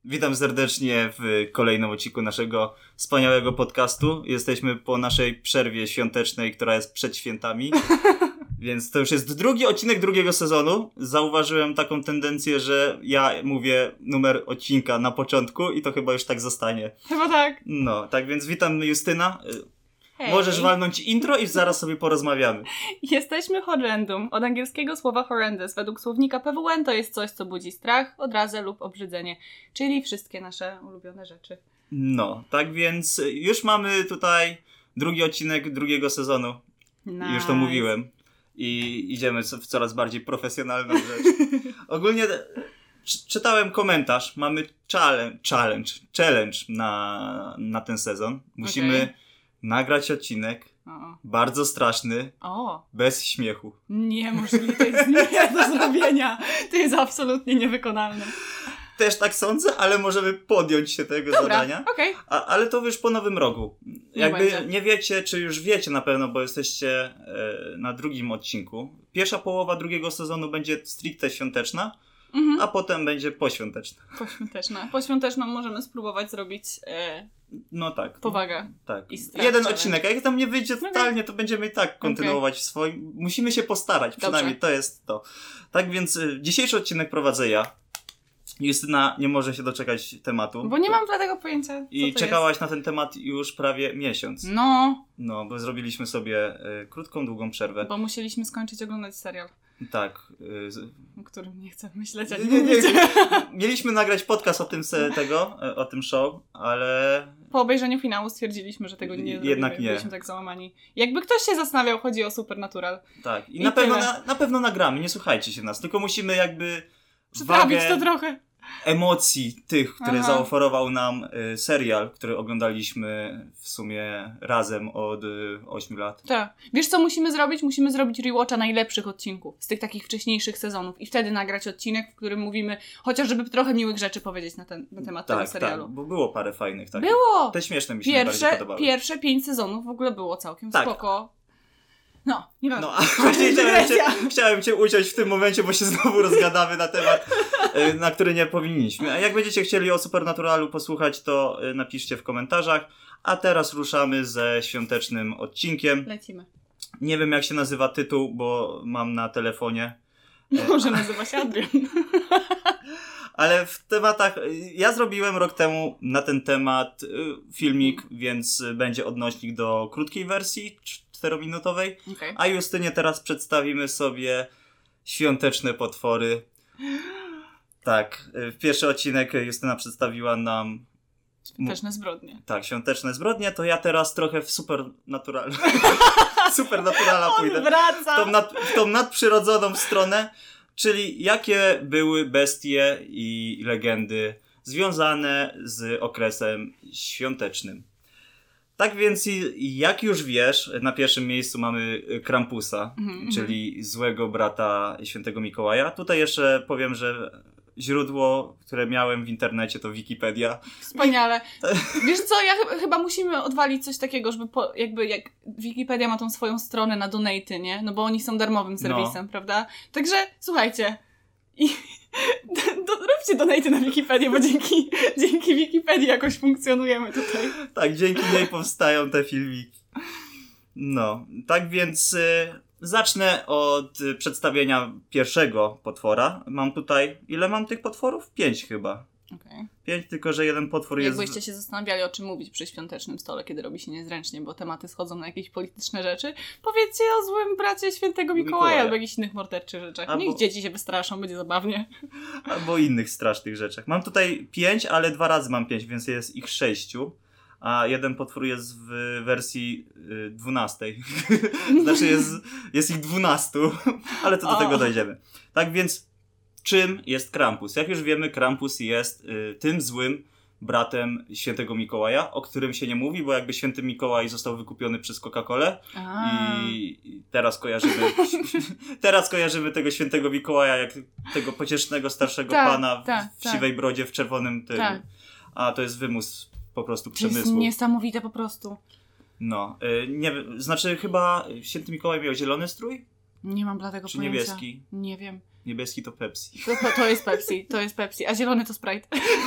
Witam serdecznie w kolejnym odcinku naszego wspaniałego podcastu. Jesteśmy po naszej przerwie świątecznej, która jest przed świętami. Więc to już jest drugi odcinek drugiego sezonu. Zauważyłem taką tendencję, że ja mówię numer odcinka na początku i to chyba już tak zostanie. Chyba tak. No, tak więc witam Justyna. Hej. Możesz walnąć intro i zaraz sobie porozmawiamy. Jesteśmy horrendum. Od angielskiego słowa horrendous. Według słownika PWN to jest coś, co budzi strach, odrazę lub obrzydzenie. Czyli wszystkie nasze ulubione rzeczy. No, tak więc już mamy tutaj drugi odcinek drugiego sezonu. Nice. Już to mówiłem. I idziemy w coraz bardziej profesjonalną rzecz. Ogólnie czytałem komentarz. Mamy challenge na ten sezon. Musimy nagrać odcinek. Bardzo straszny. Bez śmiechu. Niemożliwe. To jest nie do zrobienia. To jest absolutnie niewykonalne. Też tak sądzę, ale możemy podjąć się tego zadania. Okej. Ale to już po nowym roku. Jakby będzie. nie wiecie, czy już wiecie na pewno, bo jesteście na drugim odcinku. Pierwsza połowa drugiego sezonu będzie stricte świąteczna, a potem będzie poświąteczna. Poświąteczną możemy spróbować zrobić No tak. powagę. Tak. I strach. Jeden odcinek, a jak tam nie wyjdzie totalnie, to będziemy i tak kontynuować w swoim. Musimy się postarać, przynajmniej to jest to. Tak więc dzisiejszy odcinek prowadzę ja. Justyna nie może się doczekać tematu. Bo nie mam dlatego pojęcia, co I to czekałaś jest. na ten temat już prawie miesiąc. No, bo zrobiliśmy sobie krótką, długą przerwę. Bo musieliśmy skończyć oglądać serial. Tak. O którym nie chcę myśleć, Nie. Mieliśmy nagrać podcast o tym show, ale... Po obejrzeniu finału stwierdziliśmy, że tego nie zrobimy. Jednak nie. Byliśmy tak załamani. Jakby ktoś się zastanawiał, chodzi o Supernatural. Tak. I I na pewno nagramy, nie słuchajcie się nas, tylko musimy jakby przetrawić to trochę. Emocji tych, które zaoferował nam serial, który oglądaliśmy w sumie razem od 8 lat. Tak. Wiesz co musimy zrobić? Musimy zrobić rewatcha najlepszych odcinków z tych takich wcześniejszych sezonów i wtedy nagrać odcinek, w którym mówimy, chociaż żeby trochę miłych rzeczy powiedzieć na temat tego serialu. Tak, bo było parę fajnych takich. Było! Te śmieszne mi się najbardziej podobały. Pierwsze 5 sezonów w ogóle było całkiem spoko. No, nieważne. No, a właśnie chciałem cię uciąć w tym momencie, bo się znowu rozgadamy na temat, na który nie powinniśmy. A jak będziecie chcieli o Supernaturalu posłuchać, to napiszcie w komentarzach. A teraz ruszamy ze świątecznym odcinkiem. Lecimy. Nie wiem, jak się nazywa tytuł, bo mam na telefonie. Może nazywa się Adrian. Ale w tematach... Ja zrobiłem rok temu na ten temat filmik, więc będzie odnośnik do krótkiej wersji, 4-minutowej. Okay. A Justynie teraz przedstawimy sobie świąteczne potwory. Tak, pierwszy odcinek Justyna przedstawiła nam... Świąteczne zbrodnie. Tak, świąteczne zbrodnie, to ja teraz trochę w Supernatural... Supernaturala pójdę. W tą nadprzyrodzoną stronę. Czyli jakie były bestie i legendy związane z okresem świątecznym. Tak więc, jak już wiesz, na pierwszym miejscu mamy Krampusa, czyli złego brata świętego Mikołaja. Tutaj jeszcze powiem, że źródło, które miałem w internecie, to Wikipedia. Wspaniale. Wiesz co, chyba musimy odwalić coś takiego, żeby jak Wikipedia ma tą swoją stronę na donaty, nie? No bo oni są darmowym serwisem, prawda? Także, słuchajcie, róbcie donaty na Wikipedię, bo dzięki Wikipedii jakoś funkcjonujemy tutaj. Tak, dzięki niej powstają te filmiki. No, tak więc zacznę od przedstawienia pierwszego potwora. Mam tutaj, ile mam tych potworów? 5 chyba. Okay. 5, tylko że jeden potwór jest... Jakbyście się zastanawiali, o czym mówić przy świątecznym stole, kiedy robi się niezręcznie, bo tematy schodzą na jakieś polityczne rzeczy, powiedzcie o złym bracie świętego Mikołaja albo jakichś innych morderczych rzeczach. Niech dzieci się wystraszą, będzie zabawnie. Albo innych strasznych rzeczach. Mam tutaj 5, ale 2 razy mam 5, więc jest ich 6. A jeden potwór jest w wersji 12. Znaczy jest ich 12, ale to do tego dojdziemy. Tak więc czym jest Krampus? Jak już wiemy, Krampus jest tym złym bratem świętego Mikołaja, o którym się nie mówi, bo jakby święty Mikołaj został wykupiony przez Coca-Colę i teraz kojarzymy tego świętego Mikołaja jak tego pociesznego starszego pana w siwej brodzie, w czerwonym tym. Tak. A to jest wymus po prostu przemysłu. To jest niesamowite po prostu. No, nie wiem, znaczy chyba święty Mikołaj miał zielony strój? Nie mam bladego czy pojęcia. Niebieski? Nie wiem. Niebieski to Pepsi. To jest Pepsi, a zielony to Sprite.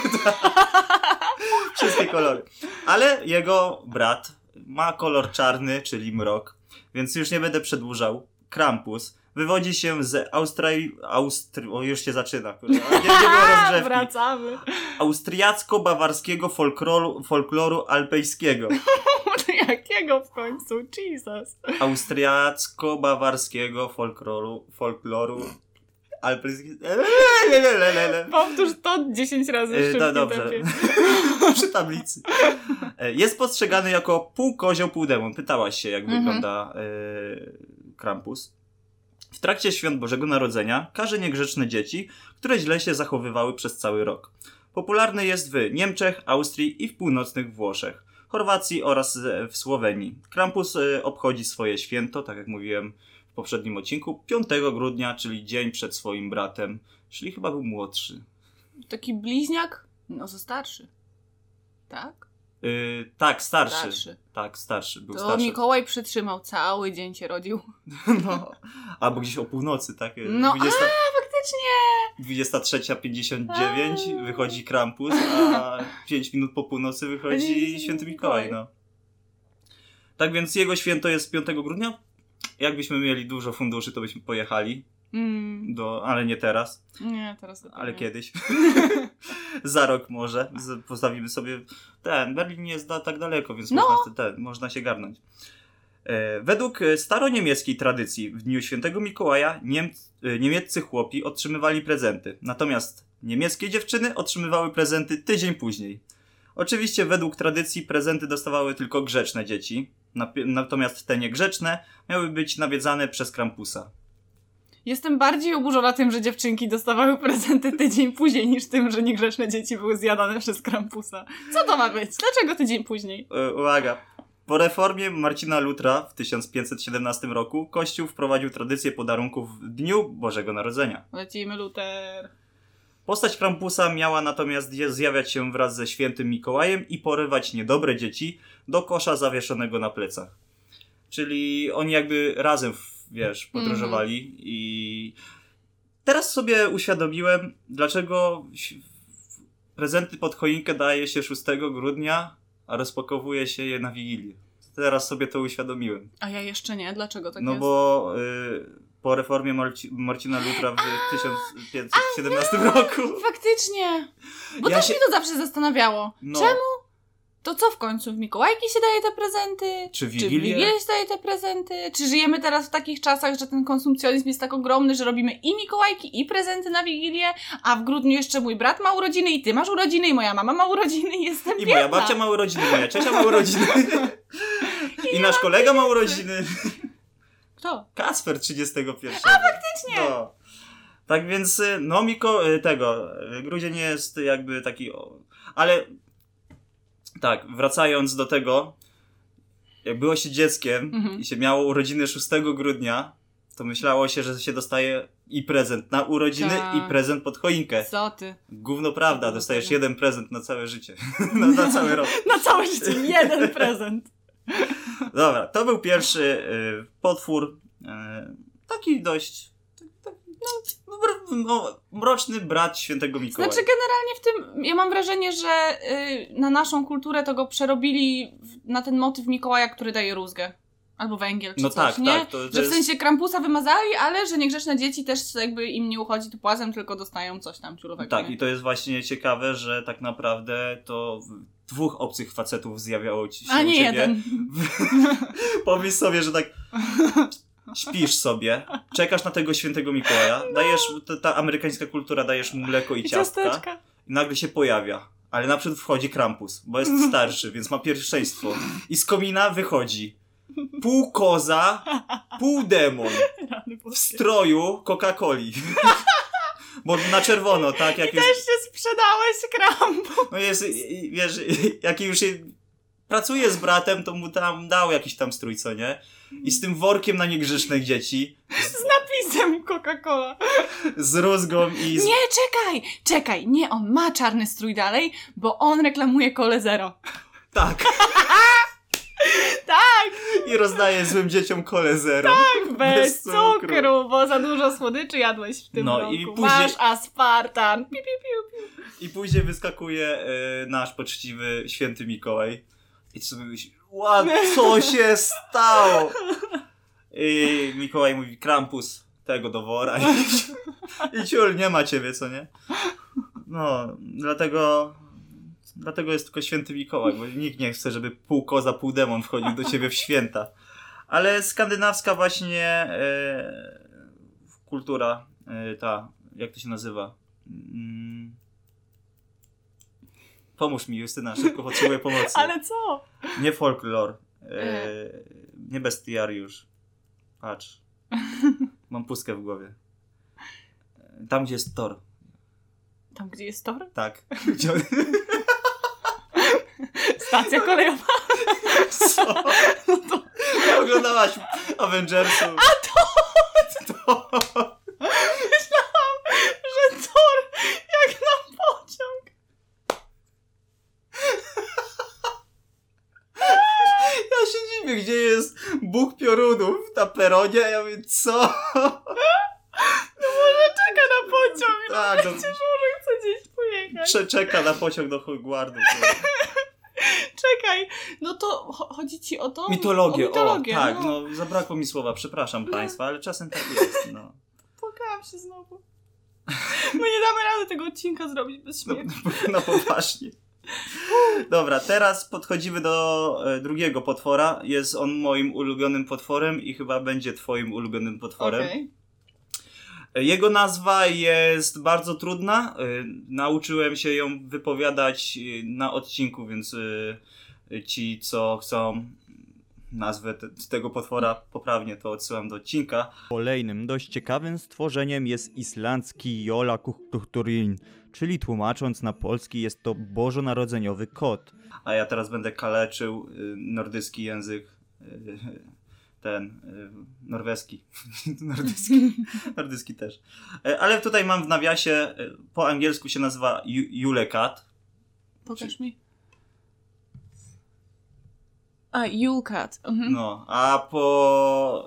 Wszystkie kolory. Ale jego brat ma kolor czarny, czyli mrok, więc już nie będę przedłużał. Krampus wywodzi się z O, już się zaczyna. Nie było Wracamy. Austriacko-bawarskiego folkloru alpejskiego. Jakiego w końcu? Jesus. Austriacko-bawarskiego folkloru alpejskiego. Powtórz to 10 razy w szybkim dobrze. Przy tablicy. Jest postrzegany jako pół kozioł, pół demon. Pytałaś się, jak wygląda Krampus. W trakcie świąt Bożego Narodzenia karze niegrzeczne dzieci, które źle się zachowywały przez cały rok. Popularny jest w Niemczech, Austrii i w północnych Włoszech, Chorwacji oraz w Słowenii. Krampus obchodzi swoje święto, tak jak mówiłem w poprzednim odcinku, 5 grudnia, czyli dzień przed swoim bratem, czyli chyba był młodszy. Taki bliźniak? No, to starszy. Tak? Tak, starszy. Tak, starszy. Był to starszy. Mikołaj przytrzymał, cały dzień się rodził. No, albo gdzieś o północy, tak? No, faktycznie! 23:59 wychodzi Krampus, a 5 minut po północy wychodzi Święty Mikołaj, no. Tak więc jego święto jest 5 grudnia. Jakbyśmy mieli dużo funduszy, to byśmy pojechali. Ale nie teraz. Nie, teraz to ale kiedyś. Za rok może. Postawimy sobie Berlin nie jest tak daleko, więc można się garnąć. Według staroniemieckiej tradycji w dniu Świętego Mikołaja niemieccy chłopi otrzymywali prezenty. Natomiast niemieckie dziewczyny otrzymywały prezenty tydzień później. Oczywiście według tradycji prezenty dostawały tylko grzeczne dzieci. Natomiast te niegrzeczne miały być nawiedzane przez Krampusa. Jestem bardziej oburzona tym, że dziewczynki dostawały prezenty tydzień później niż tym, że niegrzeczne dzieci były zjadane przez Krampusa. Co to ma być? Dlaczego tydzień później? Uwaga. Po reformie Marcina Lutra w 1517 roku Kościół wprowadził tradycję podarunków w dniu Bożego Narodzenia. Lecimy, Luter. Postać Krampusa miała natomiast zjawiać się wraz ze świętym Mikołajem i porywać niedobre dzieci do kosza zawieszonego na plecach. Czyli oni jakby razem, podróżowali i teraz sobie uświadomiłem, dlaczego prezenty pod choinkę daje się 6 grudnia, a rozpakowuje się je na Wigilię. Teraz sobie to uświadomiłem. A ja jeszcze nie? Dlaczego tak jest? No bo po reformie Marcina Lutra w 1517 roku. Faktycznie. Bo też mi to zawsze zastanawiało. Czemu? To co w końcu? W Mikołajki się daje te prezenty? Czy w Wigilię się daje te prezenty? Czy żyjemy teraz w takich czasach, że ten konsumpcjonizm jest tak ogromny, że robimy i Mikołajki, i prezenty na Wigilię, a w grudniu jeszcze mój brat ma urodziny, i ty masz urodziny, i moja mama ma urodziny, i jestem biedna. I moja babcia ma urodziny, moja ciocia ma urodziny. I nasz kolega ma urodziny. Kto? Kacper 31. A, faktycznie! No. Tak więc, grudzień jest jakby taki... Ale... Tak, wracając do tego, jak było się dzieckiem i się miało urodziny 6 grudnia, to myślało się, że się dostaje i prezent na urodziny i prezent pod choinkę. Co ty? Gówno prawda, dostajesz jeden prezent na całe życie. na cały rok. Na całe życie, jeden prezent. Dobra, to był pierwszy potwór. Taki dość... mroczny brat Świętego Mikołaja. Znaczy generalnie w tym, ja mam wrażenie, że na naszą kulturę to go przerobili na ten motyw Mikołaja, który daje rózgę. Albo węgiel, czy coś, nie? Tak, że w sensie Krampusa wymazali, ale że niegrzeczne dzieci też jakby im nie uchodzi tu płazem, tylko dostają coś tam ciurowego. Tak, nie? i to jest właśnie ciekawe, że tak naprawdę to 2 obcych facetów zjawiało się a nie ciebie. Jeden. Pomyśl sobie, że tak śpisz sobie, czekasz na tego Świętego Mikołaja, dajesz, ta amerykańska kultura, dajesz mu mleko i ciastka i nagle się pojawia. Ale naprzód wchodzi Krampus, bo jest starszy, więc ma pierwszeństwo. I z komina wychodzi pół koza, pół demon w stroju Coca-Coli. Bo na czerwono, tak? Jak I też się sprzedałeś, Krampus. No jest, wiesz, jak już pracuje z bratem, to mu tam dał jakiś tam strój, co nie? I z tym workiem na niegrzecznych dzieci. Z napisem Coca-Cola. Z rózgą i... Nie, czekaj, nie, on ma czarny strój dalej, bo on reklamuje Cole Zero. Tak. Tak! I rozdaje złym dzieciom kolę zero. Tak, bez cukru, bo za dużo słodyczy jadłeś w tym roku. I później... Masz aspartan. Piu, piu, piu, piu. I później wyskakuje nasz poczciwy święty Mikołaj. I ty sobie myślisz, co się stało? I Mikołaj mówi, Krampus, tego do wora. I ciul, nie ma ciebie, co nie? No, dlatego jest tylko święty Mikołaj, bo nikt nie chce, żeby pół koza, pół demon wchodził do ciebie w święta. Ale skandynawska właśnie kultura, ta, jak to się nazywa? Pomóż mi, Justyna, szybko potrzebuję pomocy. Ale co? Nie folklor, nie bestiariusz. Patrz, mam pustkę w głowie. Tam, gdzie jest tor. Tam, gdzie jest tor? Tak. Stacja kolejowa. Co? No to... Nie oglądałaś Avengersów. A to! Myślałam, że tor jak na pociąg. Ja się dziwię, gdzie jest Bóg piorunów na peronie, ja mówię, co? No może czeka na pociąg, tak, no przecież może chce gdzieś pojechać. Czeka na pociąg do Hogwartu. Czekaj, no to chodzi ci o to? Mitologię, mitologię, tak, no zabrakło mi słowa, przepraszam państwa, ale czasem tak jest, no. Płakałam się znowu. My nie damy rady tego odcinka zrobić bez śmiechu. No poważnie. Dobra, teraz podchodzimy do drugiego potwora. Jest on moim ulubionym potworem i chyba będzie twoim ulubionym potworem. Okay. Jego nazwa jest bardzo trudna. Nauczyłem się ją wypowiadać na odcinku, więc ci, co chcą nazwę tego potwora poprawnie, to odsyłam do odcinka. Kolejnym dość ciekawym stworzeniem jest islandzki Jólakötturinn, czyli tłumacząc na polski jest to bożonarodzeniowy kot. A ja teraz będę kaleczył nordycki język, norweski. Nordycki też. Ale tutaj mam w nawiasie, po angielsku się nazywa Julekat. Pokaż mi. A, Julkat. Mhm. No, a po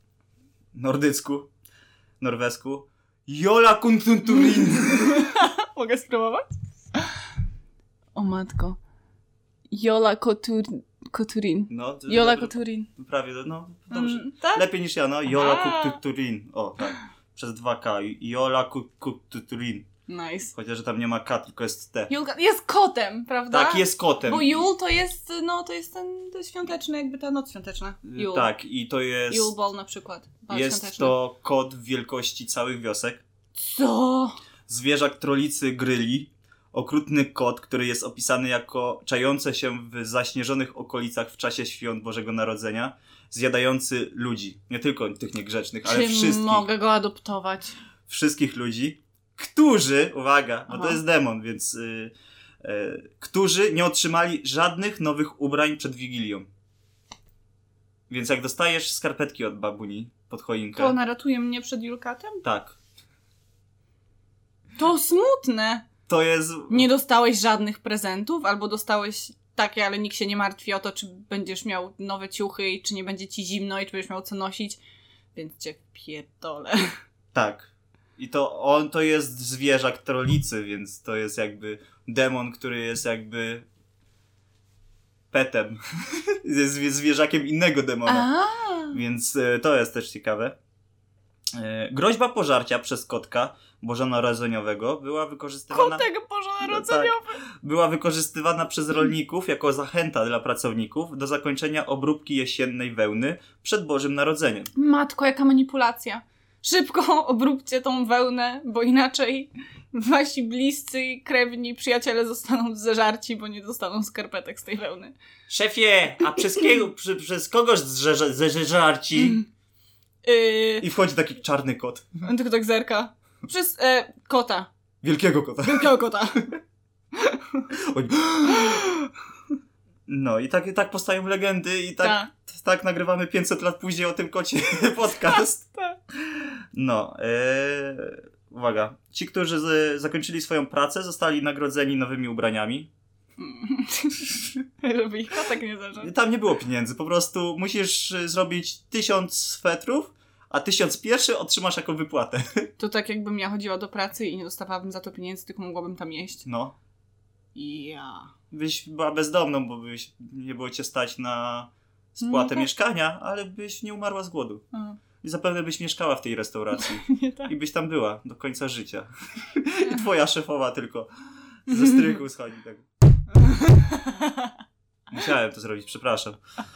norwesku Jólakötturinn. Mogę spróbować? O matko. Jólakötturinn. No, Jólakötturinn. Prawie, no dobrze. Tak? Lepiej niż ja, no. Jólakötturinn. O, tak. Przez 2K. Jólakötturinn. Nice. Chociaż tam nie ma K, tylko jest T. Jest kotem, prawda? Tak, jest kotem. Bo Jul to jest, to jest ten świąteczny, jakby ta noc świąteczna. Jul. Tak, i to jest... Jul Ball na przykład. Jest to kot w wielkości całych wiosek. Co? Zwierzak trolicy gryli. Okrutny kot, który jest opisany jako czające się w zaśnieżonych okolicach w czasie świąt Bożego Narodzenia, zjadający ludzi. Nie tylko tych niegrzecznych, ale wszystkich. Mogę go adoptować? Wszystkich ludzi, którzy, uwaga, bo to jest demon, więc którzy nie otrzymali żadnych nowych ubrań przed Wigilią. Więc jak dostajesz skarpetki od babuni pod choinkę... To ona ratuje mnie przed Julkatem? Tak. To smutne. To jest... Nie dostałeś żadnych prezentów, albo dostałeś takie, ale nikt się nie martwi o to, czy będziesz miał nowe ciuchy i czy nie będzie ci zimno i czy będziesz miał co nosić, więc cię pierdolę. Tak. I to jest zwierzak trolicy, więc to jest jakby demon, który jest jakby petem. Jest zwierzakiem innego demona. Więc to jest też ciekawe. Groźba pożarcia przez kotka bożonarodzeniowego była wykorzystywana... Kotek bożonarodzeniowy! Tak, była wykorzystywana przez rolników jako zachęta dla pracowników do zakończenia obróbki jesiennej wełny przed Bożym Narodzeniem. Matko, jaka manipulacja. Szybko obróbcie tą wełnę, bo inaczej wasi bliscy, krewni, przyjaciele zostaną zeżarci, bo nie dostaną skarpetek z tej wełny. Szefie, a przez kogoś zeżarci? I wchodzi taki czarny kot. On tylko tak zerka. Przez kota. Wielkiego kota. Wielkiego kota. No i tak powstają legendy i tak nagrywamy 500 lat później o tym kocie podcast. Tak. No, uwaga. Ci, którzy zakończyli swoją pracę, zostali nagrodzeni nowymi ubraniami. Żeby ich kotek nie zaczął. Tam nie było pieniędzy, po prostu musisz zrobić 1000 swetrów, a 1001 otrzymasz jako wypłatę. To tak jakbym ja chodziła do pracy i nie dostawałabym za to pieniędzy, tylko mogłabym tam jeść. No. Ja. Byś była bezdomną, bo nie było cię stać na spłatę tak. mieszkania, ale byś nie umarła z głodu. I zapewne byś mieszkała w tej restauracji. Nie tak. I byś tam była do końca życia. I twoja szefowa tylko ze strychu schodzi. Tak. Musiałem to zrobić, przepraszam.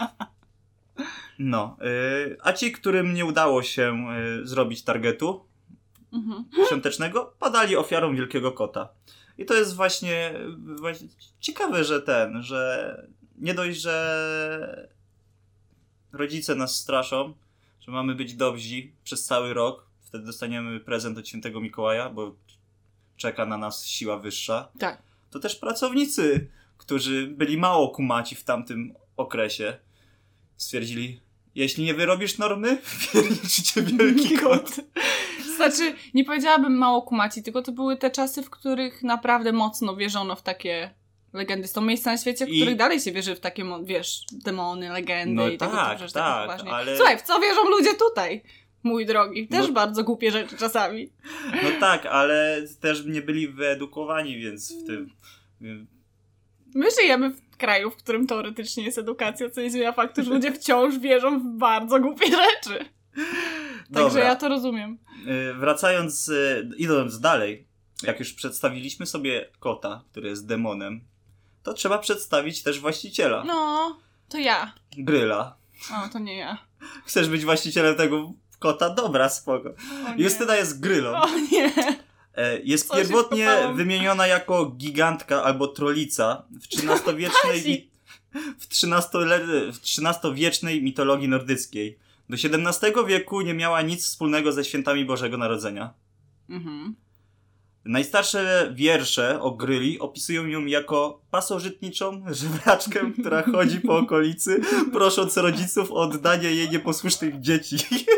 No. A ci, którym nie udało się zrobić targetu świątecznego, padali ofiarą Wielkiego Kota. I to jest właśnie ciekawe, że nie dość, że rodzice nas straszą, że mamy być dobrzy przez cały rok, wtedy dostaniemy prezent od Świętego Mikołaja, bo czeka na nas siła wyższa. Tak. To też pracownicy, którzy byli mało kumaci w tamtym okresie, stwierdzili, jeśli nie wyrobisz normy, wierniczy cię Wielki Kot. Znaczy, nie powiedziałabym mało kumaci, tylko to były te czasy, w których naprawdę mocno wierzono w takie legendy. Są miejsca na świecie, w których dalej się wierzy w takie, wiesz, demony, legendy no i tego tak, typu rzeczy. tak, Poważnie. ale... Słuchaj, w co wierzą ludzie tutaj? Mój drogi. Też bardzo głupie rzeczy czasami. No tak, ale też nie byli wyedukowani, więc w tym... My żyjemy w kraju, w którym teoretycznie jest edukacja, co nie zmienia faktu, że ludzie wciąż wierzą w bardzo głupie rzeczy. Także ja to rozumiem. Wracając, idąc dalej, jak już przedstawiliśmy sobie kota, który jest demonem, to trzeba przedstawić też właściciela. No, to ja. Gryla. O, to nie ja. Chcesz być właścicielem tego kota? Dobra, spoko. Justyna jest grylą. O nie. Jest pierwotnie wymieniona jako gigantka albo trolica w XIII-wiecznej mitologii nordyckiej. Do XVII wieku nie miała nic wspólnego ze świętami Bożego Narodzenia. Najstarsze wiersze o Gryli opisują ją jako pasożytniczą żebraczkę, która chodzi po okolicy, prosząc rodziców o oddanie jej nieposłusznych dzieci.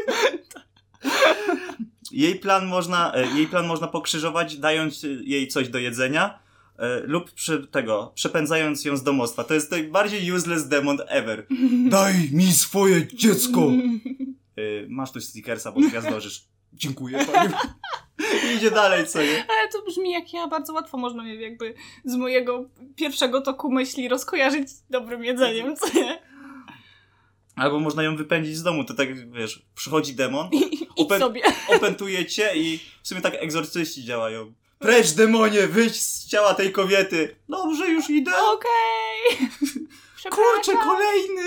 Jej plan można pokrzyżować, dając jej coś do jedzenia lub przepędzając ją z domostwa. To jest najbardziej useless demon ever. Daj mi swoje dziecko! Masz tu stickersa, bo gwiazdożysz. Dziękuję pani. Idzie dalej, co nie? Ale to brzmi jak ja, bardzo łatwo można mnie jakby z mojego pierwszego toku myśli rozkojarzyć dobrym jedzeniem, co nie? Albo można ją wypędzić z domu, to tak, wiesz, przychodzi demon, opętuje cię i w sumie tak egzorcyści działają. Precz, demonie, wyjdź z ciała tej kobiety. Dobrze, już idę. Okej. Kurczę, kolejny.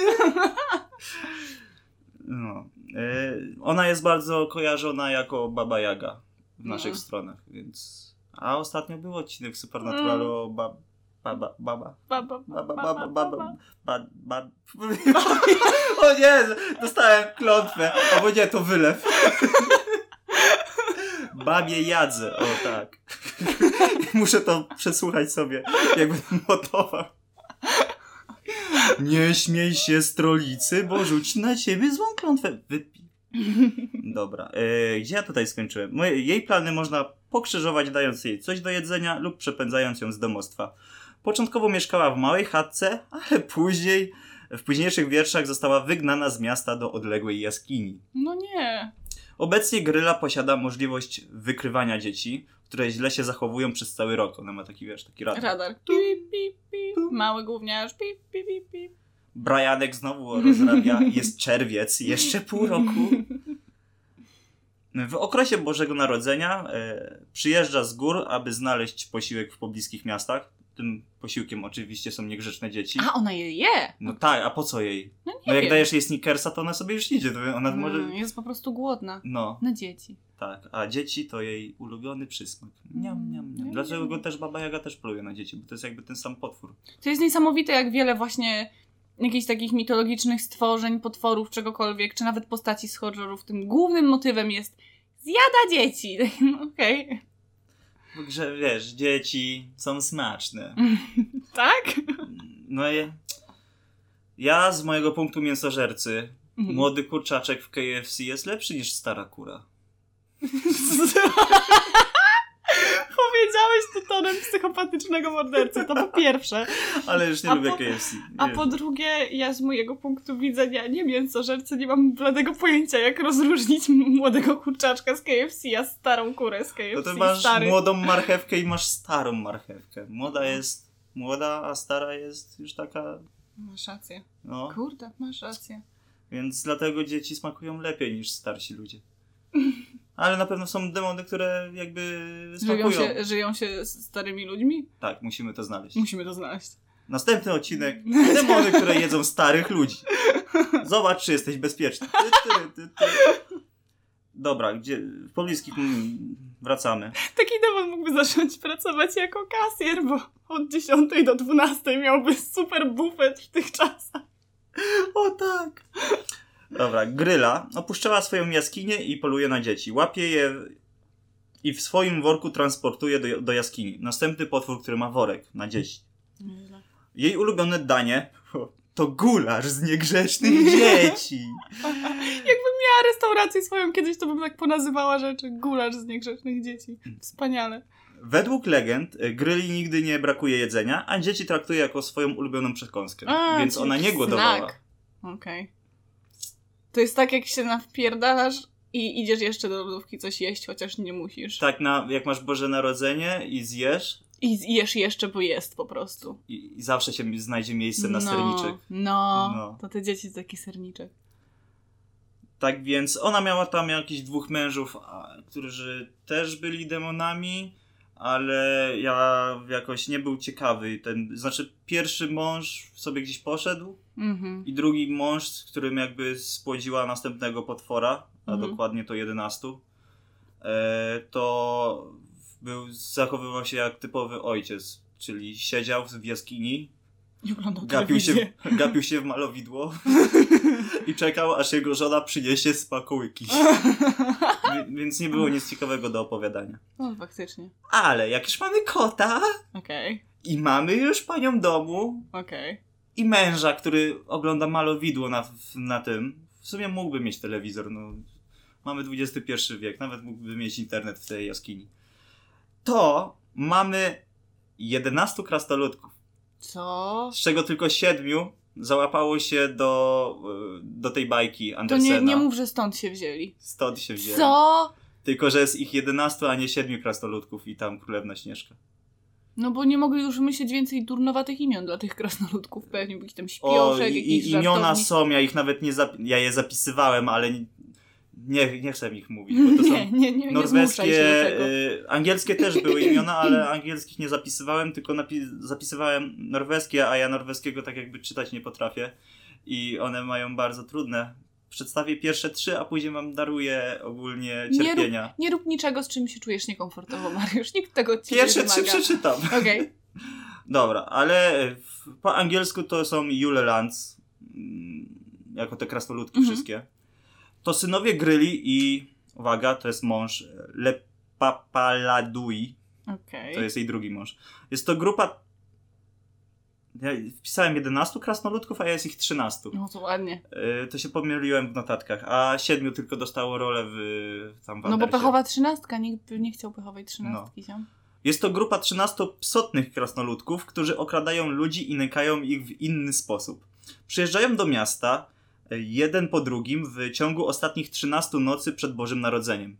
No. Ona jest bardzo kojarzona jako Baba Jaga w naszych stronach, więc... A ostatnio był odcinek Supernaturalu o O nie, dostałem klątwę. Albo nie, to wylew. Babie Jadze, o tak. Muszę to przesłuchać sobie, jakby motował. Nie śmiej się z trolicy, bo rzuci na ciebie złą klątwę. Wypij. Dobra, gdzie ja tutaj skończyłem? Jej plany można pokrzyżować, dając jej coś do jedzenia lub przepędzając ją z domostwa. Początkowo mieszkała w małej chatce, ale później, w późniejszych wierszach została wygnana z miasta do odległej jaskini. No nie. Obecnie Gryla posiada możliwość wykrywania dzieci, które źle się zachowują przez cały rok. Ona ma taki, wiesz, taki radar. Radar. Pip, pip, pip. Mały gówniarz. Pip, pip, pip, pip. Brianek znowu rozrabia. Jest czerwiec. Jeszcze pół roku. W okresie Bożego Narodzenia przyjeżdża z gór, aby znaleźć posiłek w pobliskich miastach. Tym posiłkiem oczywiście są niegrzeczne dzieci. A, ona je je? No tak, a po co jej? No nie No jak wiem. dajesz jej Snickersa, to ona sobie już idzie. To ona może... Jest po prostu głodna. No. Na dzieci. Tak, a dzieci to jej ulubiony przysmak. Niam, niam, niam. Dlaczego go też Baba Jaga też pluje na dzieci? Bo to jest jakby ten sam potwór. To jest niesamowite, jak wiele właśnie jakichś takich mitologicznych stworzeń, potworów, czegokolwiek, czy nawet postaci z horrorów. Tym głównym motywem jest zjada dzieci. Okej. Że wiesz, dzieci są smaczne. Tak? No ja z mojego punktu mięsożercy młody kurczaczek w KFC jest lepszy niż stara kura. powiedziałeś to tonem psychopatycznego mordercy, to po pierwsze. Ale już nie lubię KFC. A po drugie, ja z mojego punktu widzenia nie mięsożercy nie mam bladego pojęcia, jak rozróżnić młodego kurczaczka z KFC, a starą kurę z KFC. No to masz młodą marchewkę i masz starą marchewkę. Młoda jest młoda, a stara jest już taka... Masz rację. No. Kurde, masz rację. Więc dlatego dzieci smakują lepiej niż starsi ludzie. Ale na pewno są demony, które jakby smakują. Żyją się z starymi ludźmi? Tak, musimy to znaleźć. Musimy to znaleźć. Następny odcinek. Demony, które jedzą starych ludzi. Zobacz, czy jesteś bezpieczny. Dobra, gdzie w pobliskich wracamy. Taki demon mógłby zacząć pracować jako kasjer, bo od 10 do 12 miałby super bufet w tych czasach. O tak. Dobra, Gryla opuszczała swoją jaskinię i poluje na dzieci. Łapie je i w swoim worku transportuje do jaskini. Następny potwór, który ma worek na dzieci. Jej ulubione danie to gulasz z niegrzecznych dzieci. Jakbym miała restaurację swoją kiedyś, to bym tak ponazywała rzeczy. Gulasz z niegrzecznych dzieci. Wspaniale. Według legend Gryli nigdy nie brakuje jedzenia, a dzieci traktuje jako swoją ulubioną przekąskę. Więc ona nie głodowała. Okej. To jest tak, jak się nawpierdalasz i idziesz jeszcze do lodówki coś jeść, chociaż nie musisz. Tak, jak masz Boże Narodzenie i zjesz. I jesz jeszcze, bo jest po prostu. I zawsze się znajdzie miejsce na serniczek. No, to te dzieci to taki serniczek. Tak więc ona miała tam jakichś 2 mężów, którzy też byli demonami, ale ja jakoś nie był ciekawy. Znaczy pierwszy mąż sobie gdzieś poszedł i drugi mąż, z którym jakby spłodziła następnego potwora, a dokładnie to 11, to zachowywał się jak typowy ojciec, czyli siedział w jaskini, gapił się w malowidło i czekał, aż jego żona przyniesie smakołyki. Więc nie było nic ciekawego do opowiadania. No, faktycznie. Ale jak już mamy kota i mamy już panią domu i męża, który ogląda malowidło na tym, w sumie mógłby mieć telewizor, no mamy XXI wiek, nawet mógłby mieć internet w tej jaskini. To mamy 11 krasnoludków. Co? Z czego tylko 7 załapało się do tej bajki Andersena. To nie mów, że stąd się wzięli. Stąd się wzięli. Co? Tylko, że jest ich 11, a nie 7 krasnoludków i tam Królewna Śnieżka. No bo nie mogli już wymyślić więcej durnowatych imion dla tych krasnoludków. Pewnie jakiś tam śpioszek, jakiś imiona żartownik. są, ja ich nawet ja je zapisywałem, ale nie chcę ich mówić, bo to są nie norweskie, angielskie też były imiona, ale angielskich nie zapisywałem, tylko zapisywałem norweskie, a ja norweskiego tak jakby czytać nie potrafię i one mają bardzo trudne. Przedstawię pierwsze 3, a później wam daruję ogólnie cierpienia. Nie rób niczego, z czym się czujesz niekomfortowo, Mariusz. Nikt tego od ciebie Pierwsze nie wymaga. 3 przeczytam. Okej. Dobra, ale po angielsku to są Julelands, jako te krasnoludki wszystkie. To synowie Gryli i, uwaga, to jest mąż Lepapaladui. To jest jej drugi mąż. Jest to grupa, ja wpisałem 11 krasnoludków, a jest ich 13. No to ładnie. To się pomyliłem w notatkach, a 7 tylko dostało rolę w No bo pechowa 13, nikt by nie chciał pechowej 13. No. Jest to grupa 13 psotnych krasnoludków, którzy okradają ludzi i nękają ich w inny sposób. Przyjeżdżają do miasta jeden po drugim w ciągu ostatnich 13 nocy przed Bożym Narodzeniem.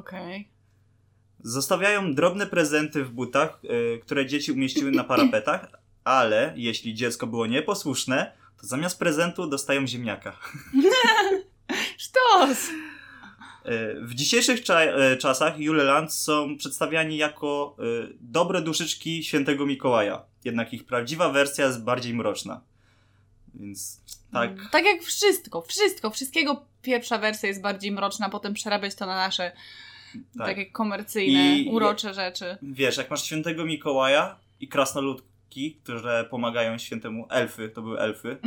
Zostawiają drobne prezenty w butach, które dzieci umieściły na parapetach, ale jeśli dziecko było nieposłuszne, to zamiast prezentu dostają ziemniaka. Sztos! W dzisiejszych czasach Juleland są przedstawiani jako dobre duszyczki świętego Mikołaja. Jednak ich prawdziwa wersja jest bardziej mroczna. Więc tak. Tak jak wszystkiego pierwsza wersja jest bardziej mroczna, potem przerabiać to na nasze takie komercyjne, urocze rzeczy. Wiesz, jak masz świętego Mikołaja i krasnoludki, które pomagają świętemu, elfy, to były elfy,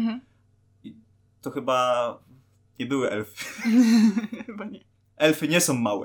to chyba nie były elfy. Chyba nie. Elfy nie są małe.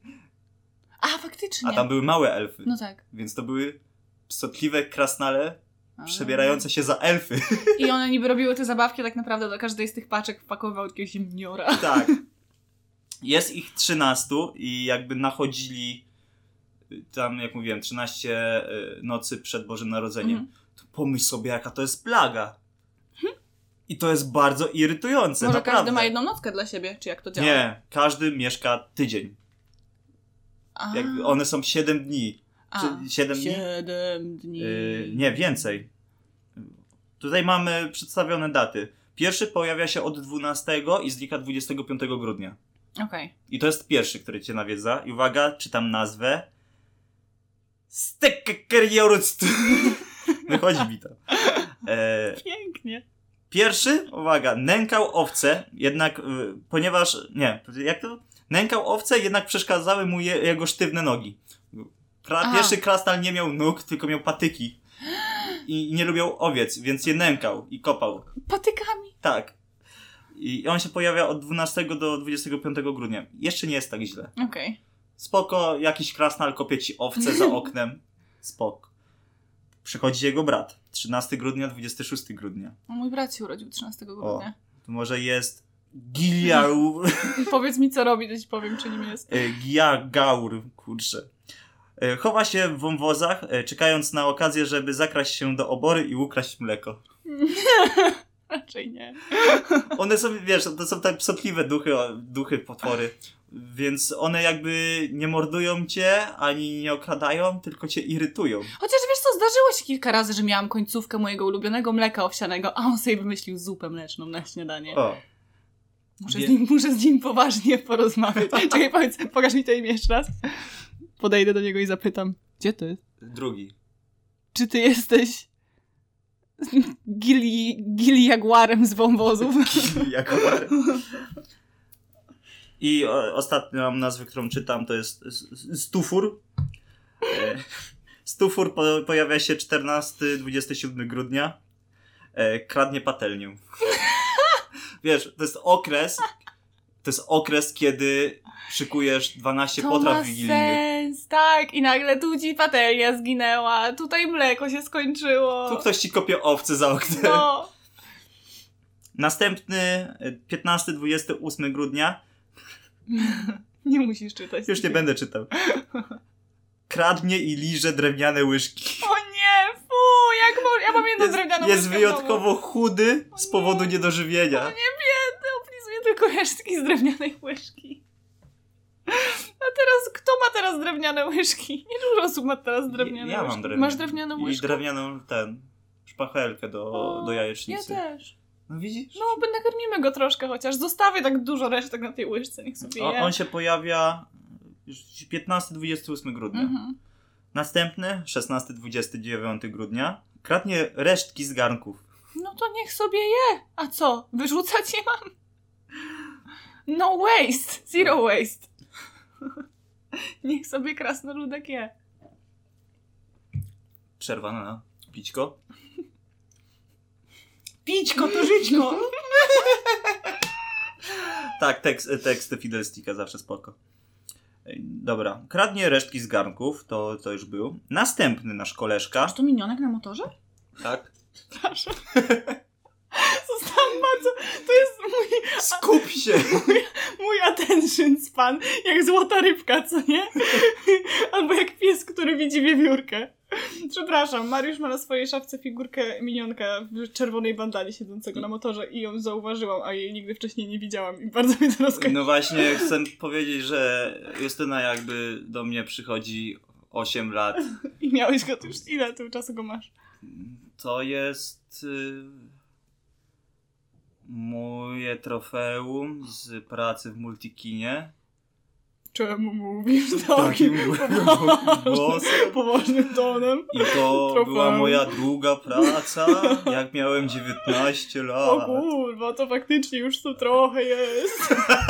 A, faktycznie. A tam były małe elfy. No tak. Więc to były psotliwe krasnale przebierające się za elfy. I one niby robiły te zabawki, tak naprawdę do każdej z tych paczek wpakowywał jakiegoś juniora. Tak. Jest ich 13 i jakby nachodzili tam jak mówiłem, 13 nocy przed Bożym Narodzeniem, to pomyśl sobie, jaka to jest plaga. I to jest bardzo irytujące, Może naprawdę. każdy ma jedną nockę dla siebie, czy jak to działa? Nie, każdy mieszka tydzień. One są 7 dni. 7 dni? 7 dni. Nie, więcej. Tutaj mamy przedstawione daty. Pierwszy pojawia się od 12 i znika 25 grudnia. Okej. I to jest pierwszy, który cię nawiedza. I uwaga, czytam nazwę. Stekkerjorust. Wychodzi mi to. Pięknie. Pierwszy, uwaga, nękał owce, jednak ponieważ, nie, jak to? Nękał owce, jednak przeszkadzały mu jego sztywne nogi. Pierwszy krasnal nie miał nóg, tylko miał patyki. I nie lubiał owiec, więc je nękał i kopał. Patykami. Tak. I on się pojawia od 12 do 25 grudnia. Jeszcze nie jest tak źle. Okej. Spoko, jakiś krasnal kopie ci owce za oknem. Spoko. Przychodzi jego brat. 13 grudnia, 26 grudnia. Mój brat się urodził 13 grudnia. To może jest Giliau... Powiedz mi, co robi, to ci powiem, czy nim jest. Giagaur, kurczę. Chowa się w wąwozach, czekając na okazję, żeby zakraść się do obory i ukraść mleko. Raczej nie. One są, wiesz, to są tak psotliwe duchy, potwory. Więc one jakby nie mordują cię, ani nie okradają, tylko cię irytują. Chociaż wiesz co, zdarzyło się kilka razy, że miałam końcówkę mojego ulubionego mleka owsianego, a on sobie wymyślił zupę mleczną na śniadanie. O. Muszę z nim poważnie porozmawiać. Czekaj, powiedz, pokaż mi to imię jeszcze raz. Podejdę do niego i zapytam, gdzie to jest? Drugi. Czy ty jesteś Gili Jaguarem z wąwozów? Gili Jaguarem. I ostatnią nazwę, którą czytam, to jest Stufur. Stufur pojawia się 14-27 grudnia. Kradnie patelnię. Wiesz, to jest okres, kiedy szykujesz 12 potraw wigilijnych. Sens, tak. I nagle tu ci patelnia zginęła, tutaj mleko się skończyło. Tu ktoś ci kopie owce za oknem. No. Następny 15-28 grudnia. Nie musisz czytać. Już nie będę czytał. Kradnie i liże drewniane łyżki. O nie, ja mam jedną drewnianą łyżkę. Jest wyjątkowo chudy z powodu niedożywienia. O nie, biedny, oblizuję tylko resztki z drewnianej łyżki. A teraz, kto ma teraz drewniane łyżki? Nie dużo osób ma teraz drewniane ja łyżki. mam drewnianą. Masz drewnianą łyżkę? I drewnianą szpachelkę do jajecznicy. Ja też. No widzisz? No, nakarmimy go troszkę chociaż. Zostawię tak dużo resztek na tej łyżce, niech sobie je. On się pojawia 15-28 grudnia. Mhm. Następny, 16-29 grudnia, kradnie resztki z garnków. No to niech sobie je. A co? Wyrzucać je mam? No waste. Zero waste. Niech sobie krasnoludek je. Przerwa na pićko. Pićko to żyćko. Tak, tekst Fiddlesticka zawsze spoko. Dobra, kradnie resztki z garnków, to już był. Następny nasz koleżka. Czy to minionek na motorze? Tak. Proszę. Zostałam bardzo... To jest Skup się! mój attention span. Jak złota rybka, co nie? Albo jak pies, który widzi wiewiórkę. Przepraszam, Mariusz ma na swojej szafce figurkę minionka w czerwonej bandanie siedzącego na motorze i ją zauważyłam, a jej nigdy wcześniej nie widziałam i bardzo mnie to rozkojarzy. No właśnie, chcę powiedzieć, że Justyna jakby do mnie przychodzi 8 lat. I miałeś go już ile ty czasu go masz? To jest moje trofeum z pracy w Multikinie. Czemu mówisz Takim głosem. Poważnym tonem? I to Trofeum. była moja druga praca, jak miałem 19 lat. O kurwa, to faktycznie już tu trochę jest.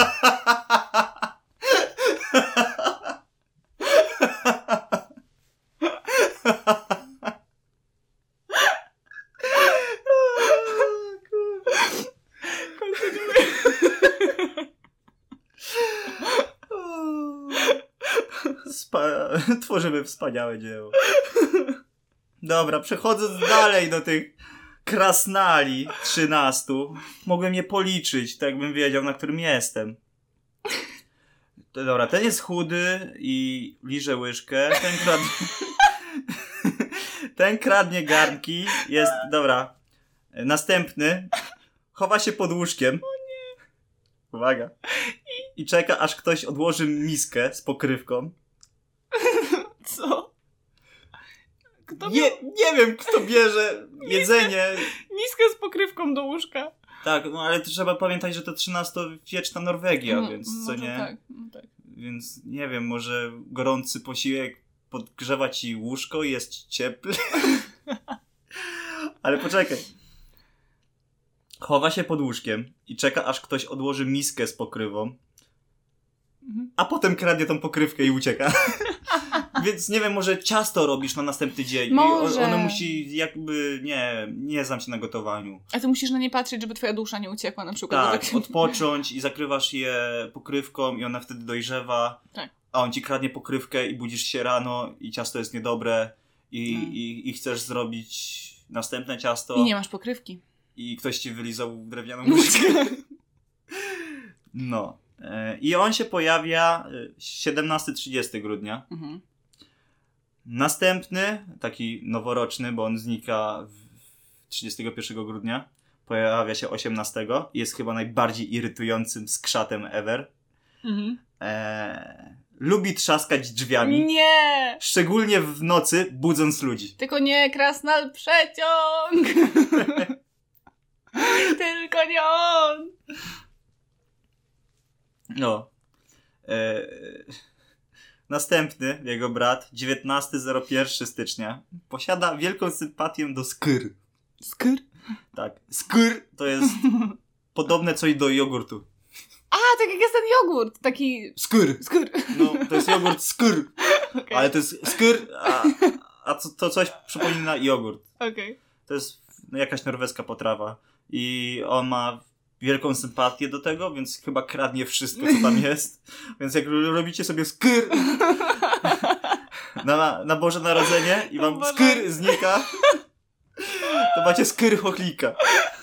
Tworzymy wspaniałe dzieło. Dobra, przechodząc dalej do tych krasnali 13, mogłem je policzyć, tak bym wiedział, na którym jestem. Dobra, ten jest chudy i liże łyżkę. Ten kradnie garnki. Jest, dobra. Następny chowa się pod łóżkiem. O nie. Uwaga. I czeka, aż ktoś odłoży miskę z pokrywką. Co? Nie wiem, kto bierze jedzenie. Miskę z pokrywką do łóżka. Tak, no ale trzeba pamiętać, że to XIII-wieczna Norwegia, więc co nie? Tak, no tak. Więc nie wiem, może gorący posiłek podgrzewa ci łóżko i jest ci cieplej. Ale poczekaj. Chowa się pod łóżkiem i czeka, aż ktoś odłoży miskę z pokrywą, a potem kradnie tą pokrywkę i ucieka. Więc nie wiem, może ciasto robisz na następny dzień. Może. I ono musi jakby, nie znam się na gotowaniu. A ty musisz na nie patrzeć, żeby twoja dusza nie uciekła na przykład. Tak, odpocząć i zakrywasz je pokrywką i ona wtedy dojrzewa. Tak. A on ci kradnie pokrywkę i budzisz się rano i ciasto jest niedobre i chcesz zrobić następne ciasto. I nie masz pokrywki. I ktoś ci wylizał drewnianą łyżkę. No. I on się pojawia 17-30 grudnia. Mhm. Następny, taki noworoczny, bo on znika 31 grudnia. Pojawia się 18. Jest chyba najbardziej irytującym skrzatem ever. Mhm. Lubi trzaskać drzwiami. Nie! Szczególnie w nocy, budząc ludzi. Tylko nie krasnal przeciąg! Tylko nie on! No. Następny, jego brat, 19-01 stycznia, posiada wielką sympatię do skr. Skr? Tak. Skr to jest podobne coś do jogurtu. A, tak jak jest ten jogurt, taki... Skr. Skr. No, to jest jogurt skr. Okay. Ale to jest skr, a to coś przypomina jogurt. Okej. To jest jakaś norweska potrawa. I on ma wielką sympatię do tego, więc chyba kradnie wszystko, co tam jest. Więc jak robicie sobie skr na Boże Narodzenie i wam skr znika, to macie skr chochlika.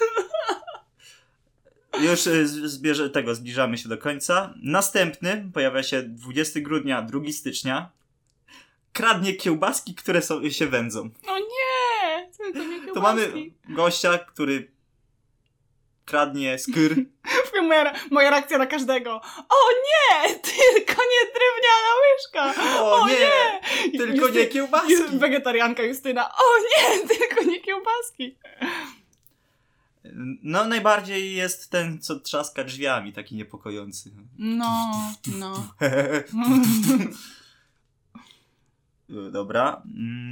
Już zbliżamy się do końca. Następny pojawia się 20 grudnia, 2 stycznia. Kradnie kiełbaski, które się wędzą. O nie! Co to nie kiełbaski? To mamy gościa, który kradnie skr. Moja reakcja na każdego. O nie! Tylko nie drewniana łyżka! O nie! Tylko nie kiełbaski! Wegetarianka Justyna. O nie! Tylko nie kiełbaski! No najbardziej jest ten, co trzaska drzwiami, taki niepokojący. No. Dobra.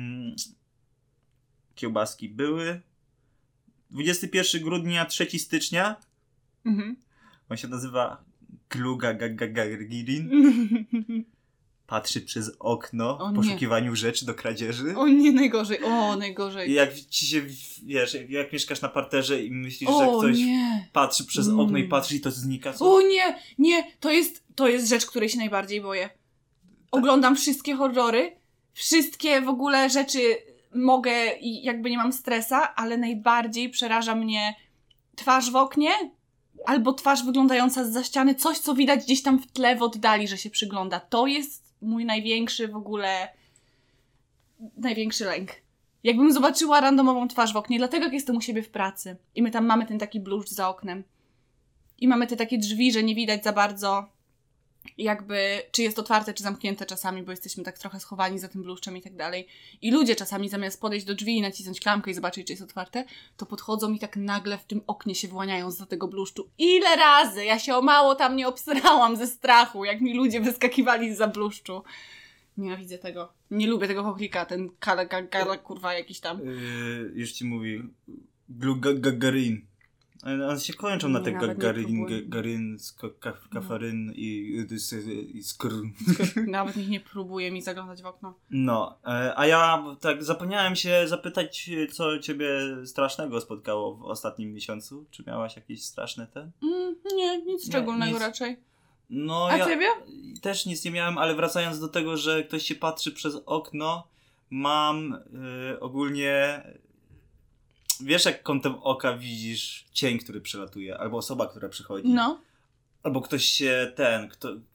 Kiełbaski były. 21 grudnia, 3 stycznia. Mhm. On się nazywa Kluga Gagagirin. Patrzy przez okno w poszukiwaniu rzeczy do kradzieży. O nie, najgorzej. O, najgorzej. I jak ci się, wiesz, jak mieszkasz na parterze i myślisz, że ktoś patrzy przez okno i patrzy i to znika. Co? O nie, to jest rzecz, której się najbardziej boję. Oglądam wszystkie horrory, wszystkie w ogóle rzeczy mogę i jakby nie mam stresa, ale najbardziej przeraża mnie twarz w oknie albo twarz wyglądająca zza ściany, coś co widać gdzieś tam w tle w oddali, że się przygląda. To jest mój największy w ogóle największy lęk. Jakbym zobaczyła randomową twarz w oknie, dlatego jak jestem u siebie w pracy i my tam mamy ten taki bluszcz za oknem i mamy te takie drzwi, że nie widać za bardzo jakby, czy jest otwarte, czy zamknięte czasami, bo jesteśmy tak trochę schowani za tym bluszczem i tak dalej. I ludzie czasami zamiast podejść do drzwi i nacisnąć klamkę i zobaczyć, czy jest otwarte, to podchodzą i tak nagle w tym oknie się właniają za tego bluszczu. Ile razy ja się o mało tam nie obsrałam ze strachu, jak mi ludzie wyskakiwali za bluszczu. Nienawidzę tego. Nie lubię tego chochlika, ten kala kurwa jakiś tam. Już ci mówi Gagarin. One się kończą na te Gagarin, Kafaryn i skr. Nawet nikt nie próbuje mi zaglądać w okno. No, a ja tak zapomniałem się zapytać, co ciebie strasznego spotkało w ostatnim miesiącu? Czy miałaś jakieś straszne te? Nie, nic szczególnego nic. Raczej. No, a ciebie? Też nic nie miałem, ale wracając do tego, że ktoś się patrzy przez okno, mam ogólnie... Wiesz, jak kątem oka widzisz cień, który przelatuje, albo osoba, która przychodzi. No. Albo ktoś się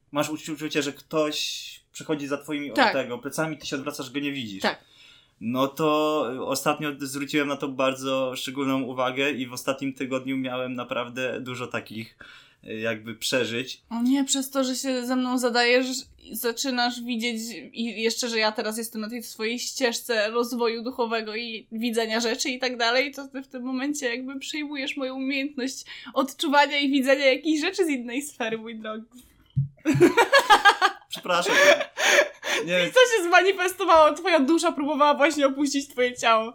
masz uczucie, że ktoś przechodzi za twoimi plecami, ty się odwracasz, go nie widzisz. Tak. No to ostatnio zwróciłem na to bardzo szczególną uwagę i w ostatnim tygodniu miałem naprawdę dużo takich jakby przeżyć. O nie, przez to, że się ze mną zadajesz, zaczynasz widzieć i jeszcze, że ja teraz jestem na tej swojej ścieżce rozwoju duchowego i widzenia rzeczy i tak dalej, to ty w tym momencie jakby przejmujesz moją umiejętność odczuwania i widzenia jakichś rzeczy z innej sfery, mój drogi. Przepraszam. Nie. I co się zmanifestowało? Twoja dusza próbowała właśnie opuścić twoje ciało.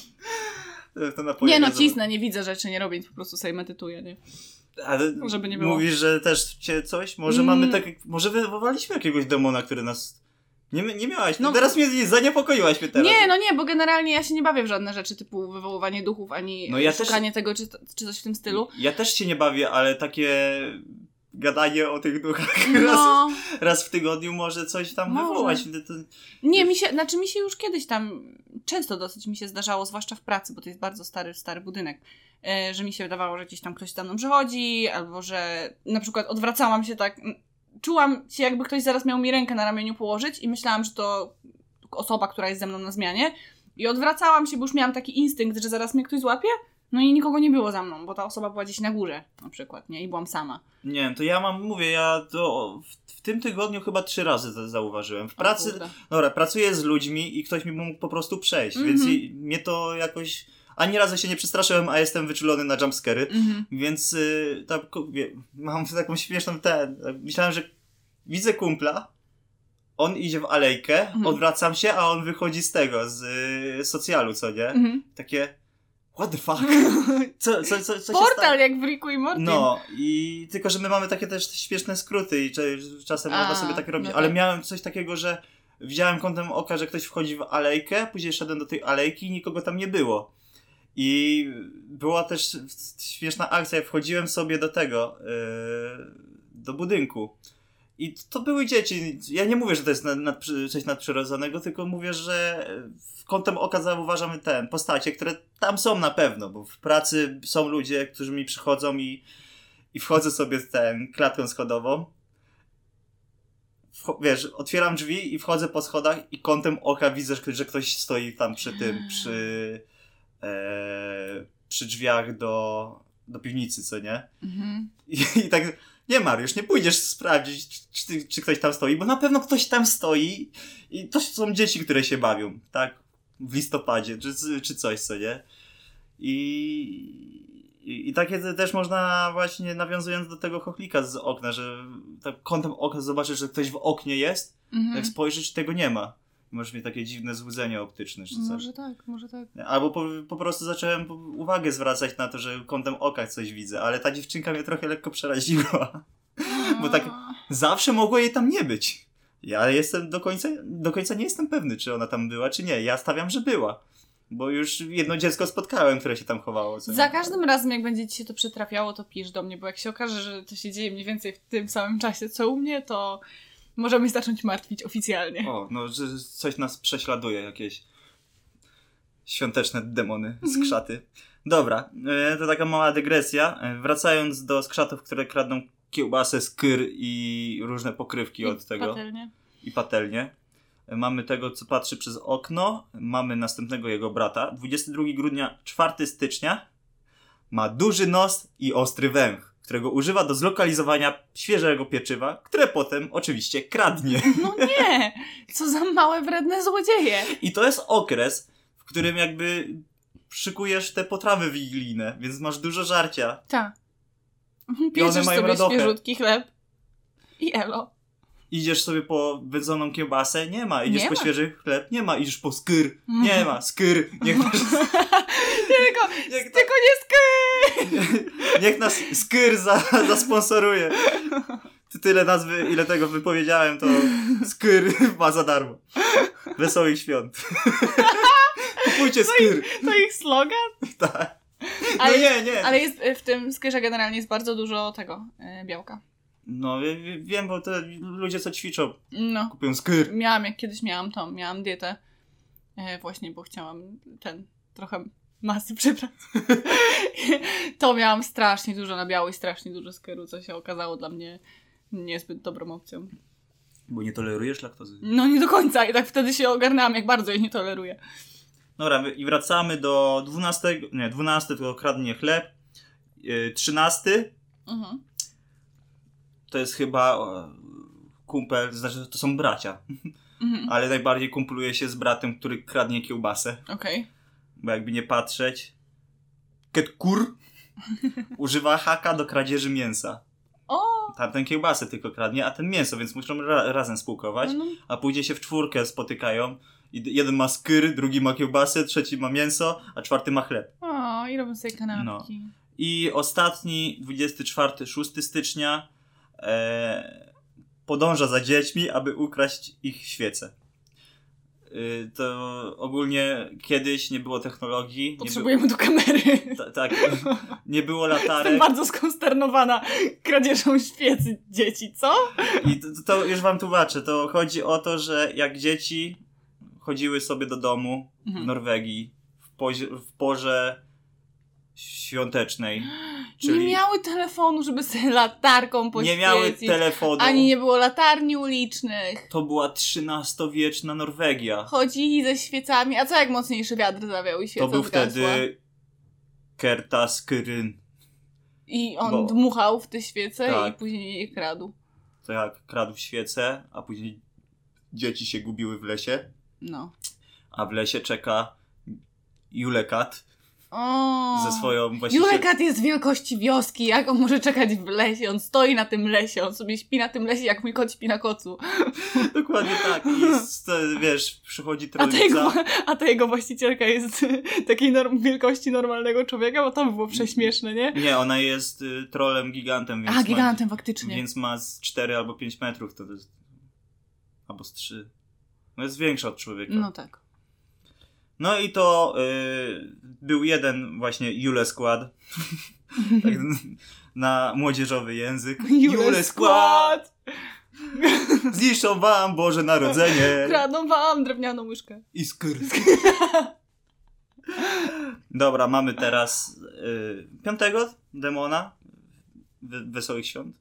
To nie no, cisnę, nie widzę rzeczy, nie robię, po prostu sobie medytuję, nie? Ale żeby nie było. Mówisz, że też cię coś? Może mamy tak... Może wywołaliśmy jakiegoś demona, który nas... Nie miałaś. No, teraz mnie zaniepokoiłaś mnie teraz. Nie, bo generalnie ja się nie bawię w żadne rzeczy typu wywoływanie duchów, ani szukanie tego, czy coś w tym stylu. Ja też się nie bawię, ale takie gadanie o tych duchach raz w tygodniu może coś tam wywołać. Nie, mi się już kiedyś tam, często dosyć mi się zdarzało, zwłaszcza w pracy, bo to jest bardzo stary budynek, że mi się wydawało, że gdzieś tam ktoś za mną przechodzi, albo że na przykład odwracałam się tak, czułam się jakby ktoś zaraz miał mi rękę na ramieniu położyć i myślałam, że to osoba, która jest ze mną na zmianie i odwracałam się, bo już miałam taki instynkt, że zaraz mnie ktoś złapie, no i nikogo nie było za mną, bo ta osoba była gdzieś na górze na przykład, nie? I byłam sama. Nie, to ja to w tym tygodniu chyba 3 razy to zauważyłem. W pracy, pracuję z ludźmi i ktoś mi mógł po prostu przejść, więc mnie to jakoś... Ani razu się nie przestraszyłem, a jestem wyczulony na jumpscary, więc mam taką śmieszną myślałem, że widzę kumpla, on idzie w alejkę, odwracam się, a on wychodzi z tego, z socjalu, co nie? Takie, what the fuck? Co Portal jak w Ricku i Morty. No, i tylko, że my mamy takie też śmieszne skróty i czasem można sobie tak robić, ale miałem coś takiego, że widziałem kątem oka, że ktoś wchodzi w alejkę, później szedłem do tej alejki i nikogo tam nie było. I była też śmieszna akcja, jak wchodziłem sobie do tego, do budynku. I to były dzieci. Ja nie mówię, że to jest coś nadprzyrodzonego, tylko mówię, że kątem oka zauważamy postacie, które tam są na pewno, bo w pracy są ludzie, którzy mi przychodzą i wchodzę sobie klatką schodową. Wiesz, otwieram drzwi i wchodzę po schodach i kątem oka widzę, że ktoś stoi tam przy drzwiach do piwnicy, co nie? I tak, nie Mariusz, nie pójdziesz sprawdzić, czy ktoś tam stoi, bo na pewno ktoś tam stoi i to są dzieci, które się bawią, tak? W listopadzie, czy coś, co nie? I takie też można właśnie, nawiązując do tego chochlika z okna, że tak kątem oka zobaczysz, że ktoś w oknie jest, jak spojrzysz, tego nie ma. Możesz mieć takie dziwne złudzenie optyczne, czy coś. Może tak. Albo po prostu zacząłem uwagę zwracać na to, że kątem oka coś widzę, ale ta dziewczynka mnie trochę lekko przeraziła. Bo tak zawsze mogło jej tam nie być. Ja jestem do końca nie jestem pewny, czy ona tam była, czy nie. Ja stawiam, że była. Bo już jedno dziecko spotkałem, które się tam chowało. Za każdym razem, jak będzie ci się to przytrafiało, to pisz do mnie, bo jak się okaże, że to się dzieje mniej więcej w tym samym czasie, co u mnie, to możemy zacząć martwić oficjalnie. O, no, że coś nas prześladuje, jakieś świąteczne demony, skrzaty. Dobra, to taka mała dygresja. Wracając do skrzatów, które kradną kiełbasę, skyr i różne pokrywki od tego. Patelnie. I patelnie. Mamy tego, co patrzy przez okno. Mamy następnego jego brata. 22 grudnia, 4 stycznia. Ma duży nos i ostry węch, którego używa do zlokalizowania świeżego pieczywa, które potem oczywiście kradnie. No nie! Co za małe, wredne złodzieje! I to jest okres, w którym jakby szykujesz te potrawy wigilijne, więc masz dużo żarcia. Tak. Pieczesz sobie radochę. Świeżutki chleb i elo. Idziesz sobie po wędzoną kiełbasę? Nie ma. Idziesz po świeży chleb? Nie ma. Idziesz po skyr? Nie ma. Skyr. Niech nas... tylko nie skyr! Niech nas skyr zasponsoruje. Tyle nazwy, ile tego wypowiedziałem, to skyr ma za darmo. Wesołych świąt. Kupujcie skyr. To ich slogan? Tak. Ale nie. Ale jest w tym skyrze generalnie jest bardzo dużo tego białka. No, wiem, bo te ludzie, co ćwiczą, kupują skyr. Kiedyś miałam dietę, właśnie, bo chciałam trochę masy przybrać. To miałam strasznie dużo nabiału i strasznie dużo skyru, co się okazało dla mnie niezbyt dobrą opcją. Bo nie tolerujesz laktozy? No nie do końca i tak wtedy się ogarnęłam, jak bardzo jej nie toleruję. Dobra, i wracamy do 12 to kradnie chleb. 13 to jest chyba kumpel, znaczy to są bracia. Ale najbardziej kumpluje się z bratem, który kradnie kiełbasę. Okej. Bo jakby nie patrzeć, Ketkur używa haka do kradzieży mięsa. O! Tamten kiełbasę tylko kradnie, a ten mięso, więc muszą razem spółkować. A później się w czwórkę spotykają. I jeden ma skyr, drugi ma kiełbasę, trzeci ma mięso, a czwarty ma chleb. O, i robią sobie kanapki. No. I ostatni, 6 stycznia, podąża za dziećmi, aby ukraść ich świece. To ogólnie kiedyś nie było technologii. Potrzebujemy tu kamery. Tak, nie było latarek. Jestem bardzo skonsternowana kradzieżą świecy dzieci, co? I to już wam tłumaczę. To chodzi o to, że jak dzieci chodziły sobie do domu w Norwegii w porze świątecznej. Czyli nie miały telefonu, żeby sobie latarką poświecić. Nie miały telefonu. Ani nie było latarni ulicznych. To była XIII-wieczna Norwegia. Chodzili ze świecami. A co jak mocniejszy wiatr zawiał i świeca To był zgasła? wtedy Kertaskryn. I on dmuchał w te świece tak. I później je kradł. To jak kradł świece, a później dzieci się gubiły w lesie. No. A w lesie czeka Julekat. O. Ze swoją właściwie... Julekat jest wielkości wioski, jak on może czekać w lesie? On stoi na tym lesie, on sobie śpi na tym lesie, jak mój kot śpi na kocu. Dokładnie tak. I wiesz, przychodzi trollica. A ta jego właścicielka jest takiej wielkości normalnego człowieka, bo to by było prześmieszne, nie? Nie, ona jest trolem gigantem. Więc gigantem faktycznie. Więc ma z 4 albo 5 metrów. To jest... Albo z 3. No jest większa od człowieka. No tak. No i to był jeden właśnie Jule skład. Tak, na młodzieżowy język. Jule skład! Zniszczą wam Boże Narodzenie. Kradną wam drewnianą łyżkę. I skyr. Dobra, mamy teraz 5 demona. Wesołych świąt.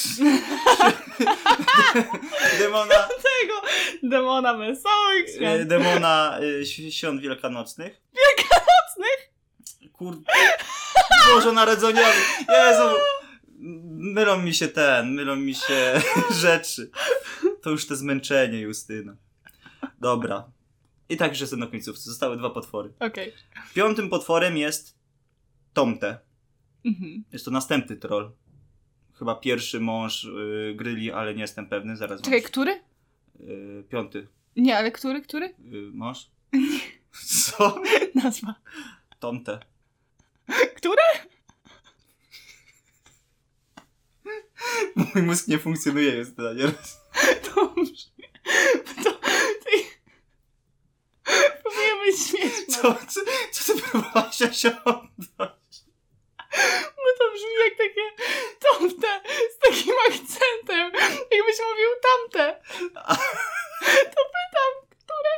Demona wesołych świąt. Demona świąt wielkanocnych. Wielkanocnych? Kurde. Bożonarodzeniowy. Jezu. Mylą mi się rzeczy. To już to zmęczenie, Justyna. Dobra. I tak już jestem na końcówce. Zostały 2 potwory. Okej. 5. potworem jest Tomte. Mhm. Jest to następny troll. Chyba pierwszy mąż Gryli, ale nie jestem pewny. Zaraz. Czekaj, który? 5. Nie, ale który? Mąż? Co? Nazwa. Tomte. Które? Mój mózg nie funkcjonuje, jest to nie. Dobrze. Próbuję być śmieszna. Co ty próbowałaś osiągnąć? Bo to brzmi jak takie tamte z takim akcentem. Jakbyś mówił tamte. To pytam, które?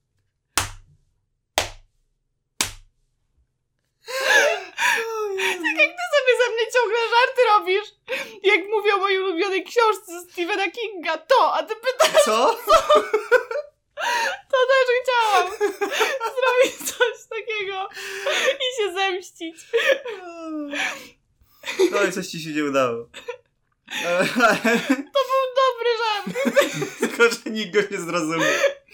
Tak jak ty sobie ze mnie ciągle żarty robisz. Jak mówię o mojej ulubionej książce Stephena Kinga, a ty pytasz, Co? to też chciałam zrobić coś takiego i się zemścić. No i coś ci się nie udało. To był dobry żart. Tylko, że nikt go nie zrozumiał.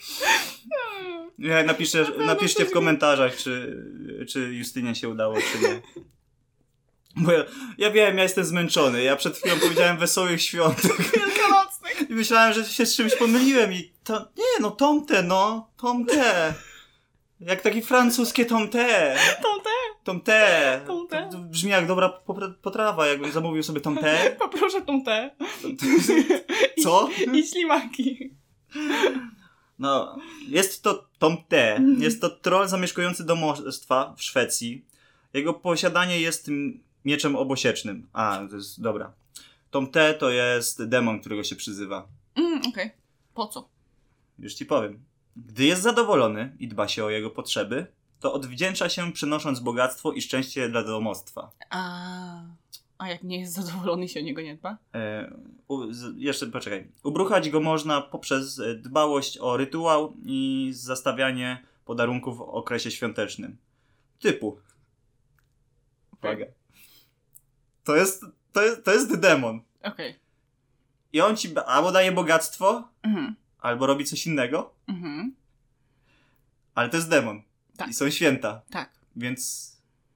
Nie, napiszcie w komentarzach, czy Justynie się udało, czy nie. Bo ja wiem, ja jestem zmęczony. Ja przed chwilą powiedziałem wesołych świąt. Wielkanocnych. I myślałem, że się z czymś pomyliłem i Tomte. Jak takie francuskie Tomte. Tomte. To brzmi jak dobra potrawa, jakbym zamówił sobie Tomte. Poproszę Tomte. Co? I ślimaki. No, jest to Tomte. Jest to troll zamieszkujący domostwa w Szwecji. Jego posiadanie jest mieczem obosiecznym. To jest dobra. Tomte to jest demon, którego się przyzywa. Okej. Po co? Już ci powiem. Gdy jest zadowolony i dba się o jego potrzeby, to odwdzięcza się przynosząc bogactwo i szczęście dla domostwa. A jak nie jest zadowolony, się o niego nie dba? Jeszcze poczekaj. Ubruchać go można poprzez dbałość o rytuał i zastawianie podarunków w okresie świątecznym. Typu. Uwaga. To jest demon. Okej. I on ci albo daje bogactwo, albo robi coś innego. Ale to jest demon. Tak. I są święta. Tak. Więc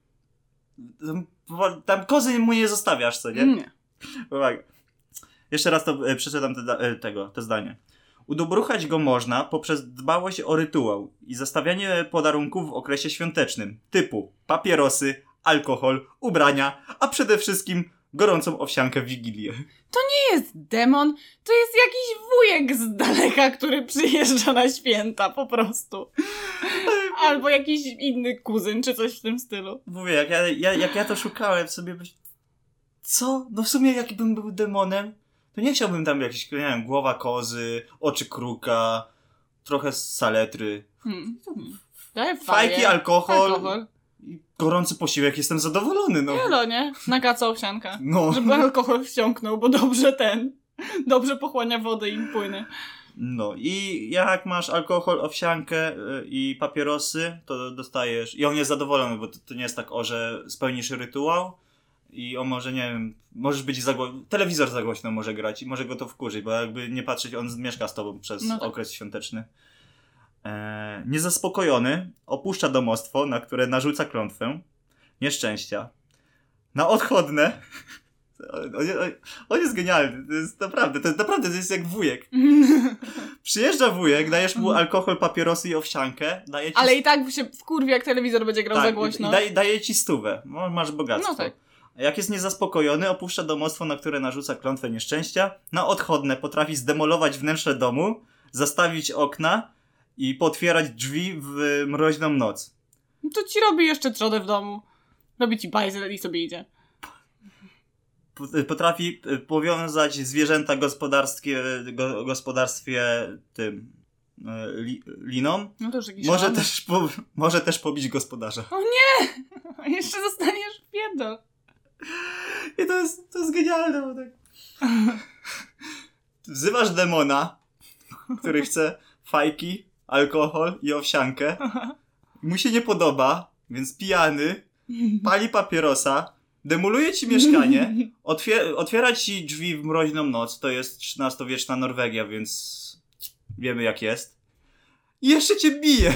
tam kozy mu nie zostawiasz, co nie? Nie. Uwaga. Jeszcze raz to przeczytam te zdanie. Udobruchać go można poprzez dbałość o rytuał i zastawianie podarunków w okresie świątecznym. Typu papierosy, alkohol, ubrania, a przede wszystkim gorącą owsiankę w Wigilię. To nie jest demon, to jest jakiś wujek z daleka, który przyjeżdża na święta po prostu. Albo jakiś inny kuzyn, czy coś w tym stylu. Mówię, jak ja to szukałem sobie, co? No w sumie jakbym był demonem, to nie chciałbym tam jakiś, nie wiem, głowa kozy, oczy kruka, trochę saletry. Fajki, alkohol. I gorący posiłek, jestem zadowolony, no. No nie? Nagaca owsianka. No. Żeby alkohol wsiąknął, bo dobrze pochłania wodę i płyny. No i jak masz alkohol, owsiankę i papierosy, to dostajesz... I on jest zadowolony, bo to nie jest tak, że spełnisz rytuał i on może, nie wiem, możesz być telewizor za głośno może grać i może go to wkurzyć, bo jakby nie patrzeć, on mieszka z tobą przez okres świąteczny. Niezaspokojony opuszcza domostwo, na które narzuca klątwę nieszczęścia. Na odchodne... On jest genialny, to jest jak wujek. Przyjeżdża wujek, dajesz mu alkohol, papierosy i owsiankę, daje ci... Ale i tak się wkurwi, jak telewizor będzie grał za głośno. Daje ci 100. Masz bogactwo. No tak. Jak jest niezaspokojony, opuszcza domostwo, na które narzuca klątwę nieszczęścia. Na odchodne potrafi zdemolować wnętrze domu, zastawić okna i potwierać drzwi w mroźną noc. To ci robi jeszcze trzodę w domu. Robi ci bajzel i sobie idzie. Potrafi powiązać zwierzęta gospodarstwie tym liną. No to już jakiś może też pobić gospodarza. O nie! Jeszcze zostaniesz w pierdol. I to jest genialne, bo tak. Wzywasz demona, który chce fajki, alkohol i owsiankę. Mu się nie podoba, więc pijany pali papierosa, demoluje ci mieszkanie, otwiera ci drzwi w mroźną noc, to jest XIII-wieczna Norwegia, więc wiemy jak jest. I jeszcze cię bije.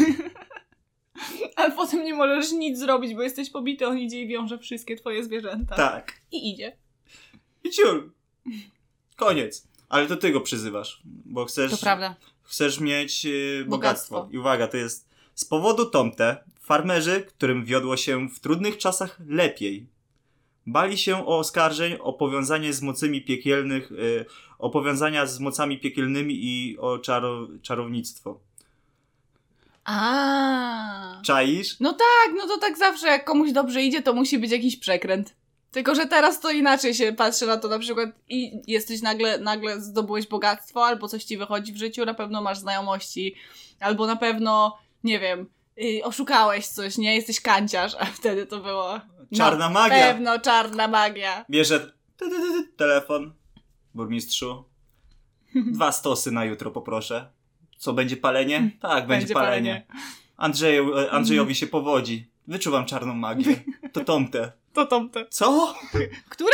Ale potem nie możesz nic zrobić, bo jesteś pobity, on idzie i wiąże wszystkie twoje zwierzęta. Tak. I idzie. I ciul. Koniec. Ale to ty go przyzywasz, bo chcesz... To prawda. Chcesz mieć bogactwo. I uwaga, to jest z powodu Tomte, farmerzy, którym wiodło się w trudnych czasach lepiej, bali się o oskarżeń o powiązanie z mocami piekielnych, o powiązania z mocami piekielnymi i o czarownictwo. Czaisz? No tak, no to tak zawsze jak komuś dobrze idzie, to musi być jakiś przekręt. Tylko, że teraz to inaczej się patrzy na to, na przykład i jesteś nagle zdobyłeś bogactwo, albo coś ci wychodzi w życiu, na pewno masz znajomości, albo na pewno, nie wiem, oszukałeś coś, nie? Jesteś kanciarz, a wtedy to było... Czarna magia. Pewno, czarna magia. Bierze telefon, burmistrzu, 2 stosy na jutro poproszę. Co, będzie palenie? Tak, będzie palenie. Andrzejowi się powodzi. Wyczuwam czarną magię. To Tomte. To Tomte. Co? Które?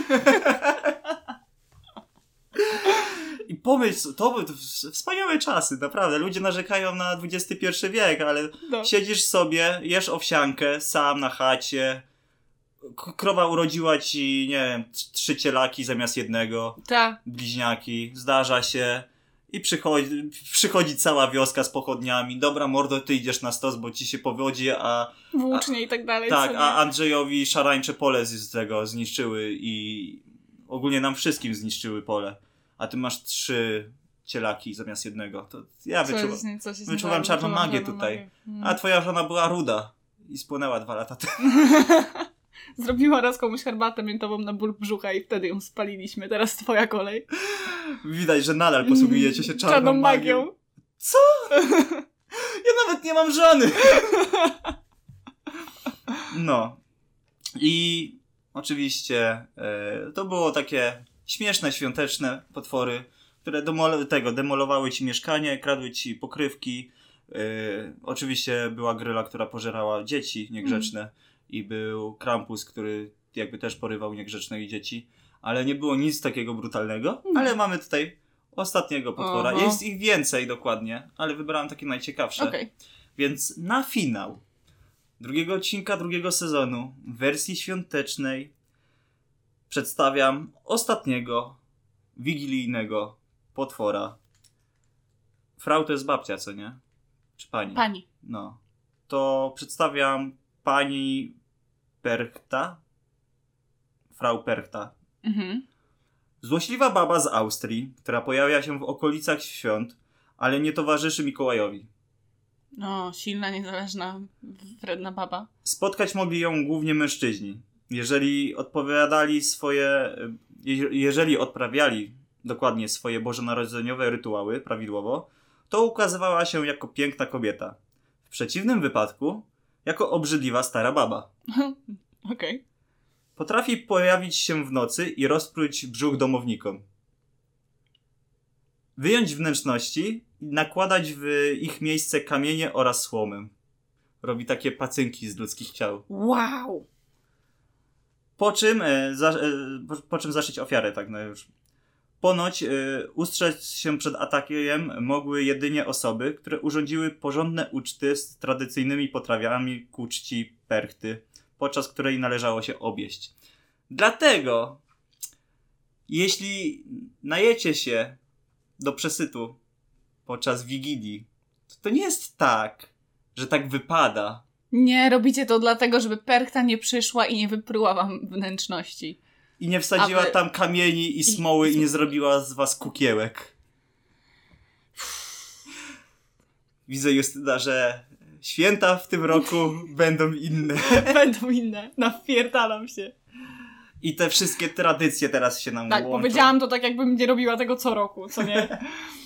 I pomyśl, to były wspaniałe czasy, naprawdę. Ludzie narzekają na XXI wiek, ale siedzisz sobie, jesz owsiankę sam na chacie, krowa urodziła ci, nie wiem, 3 cielaki zamiast 1. Tak. Bliźniaki, zdarza się. I przychodzi cała wioska z pochodniami. Dobra, mordo, ty idziesz na stos, bo ci się powodzi, a... Włócznie i tak dalej. Tak, a Andrzejowi szarańcze pole z tego zniszczyły i ogólnie nam wszystkim zniszczyły pole. A ty masz 3 cielaki zamiast 1. To ja wyczuwam czarną magię tutaj. A twoja żona była ruda i spłonęła 2 lata temu. Zrobiła raz komuś herbatę miętową na ból brzucha i wtedy ją spaliliśmy. Teraz twoja kolej. Widać, że nadal posługujecie się czarną magią. Co? Ja nawet nie mam żony. No. I Oczywiście to było takie śmieszne, świąteczne potwory, które demolowały ci mieszkanie, kradły ci pokrywki. Oczywiście była Gryla, która pożerała dzieci niegrzeczne i był Krampus, który jakby też porywał niegrzeczne dzieci. Ale nie było nic takiego brutalnego. Ale mamy tutaj ostatniego potwora. Jest ich więcej dokładnie, ale wybrałem takie najciekawsze. Okay. Więc na finał drugiego odcinka drugiego sezonu w wersji świątecznej przedstawiam ostatniego wigilijnego potwora. Frau to jest babcia, co nie? Czy pani? Pani. No. To przedstawiam pani Perchta. Frau Perchta. Mhm. Złośliwa baba z Austrii, która pojawia się w okolicach świąt, ale nie towarzyszy Mikołajowi. No, silna, niezależna, wredna baba. Spotkać mogli ją głównie mężczyźni. Jeżeli odprawiali dokładnie swoje bożonarodzeniowe rytuały prawidłowo, to ukazywała się jako piękna kobieta. W przeciwnym wypadku jako obrzydliwa stara baba. Okej. Potrafi pojawić się w nocy i rozpróć brzuch domownikom. Wyjąć wnętrzności i nakładać w ich miejsce kamienie oraz słomę. Robi takie pacynki z ludzkich ciał. Wow! Po czym zaszyć ofiarę, tak no już. Ponoć ustrzec się przed atakiem mogły jedynie osoby, które urządziły porządne uczty z tradycyjnymi potrawami ku czci Perchty, podczas której należało się objeść. Dlatego, jeśli najecie się do przesytu podczas Wigilii, to nie jest tak, że tak wypada. Nie, robicie to dlatego, żeby Perchta nie przyszła i nie wypruła wam wnętrzności. I nie wsadziła tam kamieni i smoły i nie zrobiła z was kukiełek. Widzę, Justyna, że święta w tym roku będą inne. Będą inne. Nawpierdalam się. I te wszystkie tradycje teraz się nam łączą. Tak, powiedziałam to tak, jakbym nie robiła tego co roku, co nie?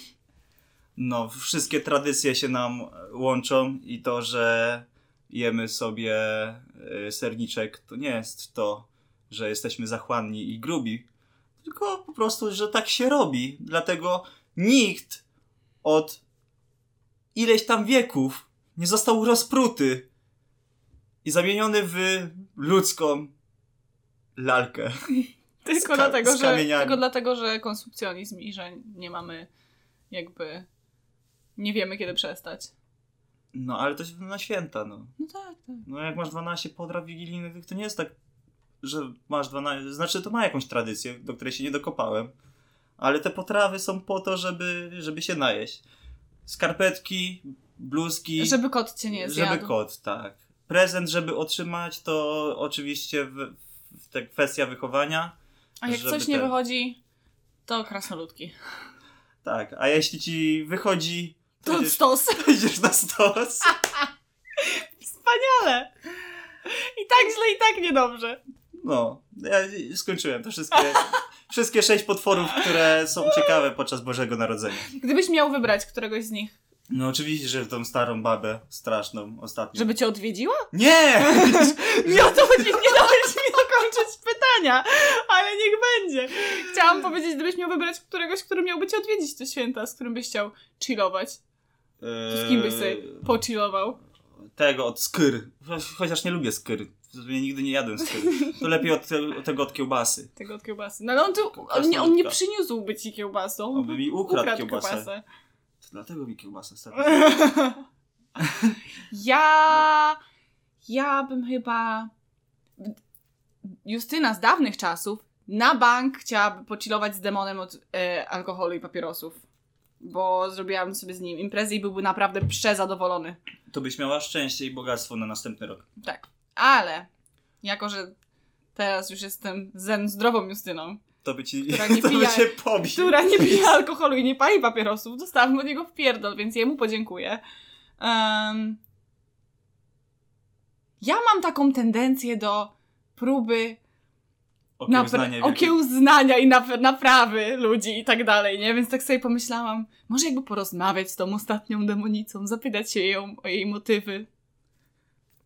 No, wszystkie tradycje się nam łączą i to, że jemy sobie serniczek, to nie jest to, że jesteśmy zachłanni i grubi, tylko po prostu, że tak się robi. Dlatego nikt od ileś tam wieków nie został rozpruty i zamieniony w ludzką lalkę. Tylko dlatego, że konsumpcjonizm i że nie mamy jakby... Nie wiemy, kiedy przestać. No, ale to się na święta, no. No tak. No, jak masz 12 potraw wigilijnych, to nie jest tak, że masz 12... Znaczy, to ma jakąś tradycję, do której się nie dokopałem. Ale te potrawy są po to, żeby się najeść. Skarpetki, bluzki... Żeby kot cię nie zjadł. Żeby kot, tak. Prezent, żeby otrzymać, to oczywiście kwestia wychowania. A jak coś nie wychodzi, to krasnoludki. Tak, a jeśli ci wychodzi... To stos. To idziesz na stos. Wspaniale. I tak źle, i tak niedobrze. No, ja skończyłem to wszystkie 6 potworów, które są ciekawe podczas Bożego Narodzenia. Gdybyś miał wybrać któregoś z nich. No oczywiście, że tą starą babę straszną ostatnią. Żeby cię odwiedziła? Nie! Nie o to chodzi, nie dałeś mi dokończyć pytania, ale niech będzie. Chciałam powiedzieć, gdybyś miał wybrać któregoś, który miałby cię odwiedzić te święta, z którym byś chciał chillować. Z kim byś sobie pochillował? Tego od skyr. Chociaż nie lubię skyr. Ja nigdy nie jadłem skyr. To lepiej od tego od kiełbasy. Tego od kiełbasy. No ale on nie przyniósłby ci kiełbasą. On by mi ukradł kiełbasę. To dlatego mi kiełbasa ostatnio. Ja bym chyba... Justyna z dawnych czasów na bank chciałaby pochillować z demonem od alkoholu i papierosów. Bo zrobiłam sobie z nim imprezę i byłby naprawdę przezadowolony. To byś miała szczęście i bogactwo na następny rok. Tak. Ale jako, że teraz już jestem zdrową Justyną, to by cię pobił. Która nie pije alkoholu i nie pali papierosów, dostałam od niego wpierdol, więc jemu podziękuję. Ja mam taką tendencję do próby okiełznania i naprawy ludzi i tak dalej, nie? Więc tak sobie pomyślałam, może jakby porozmawiać z tą ostatnią demonicą, zapytać się ją o jej motywy.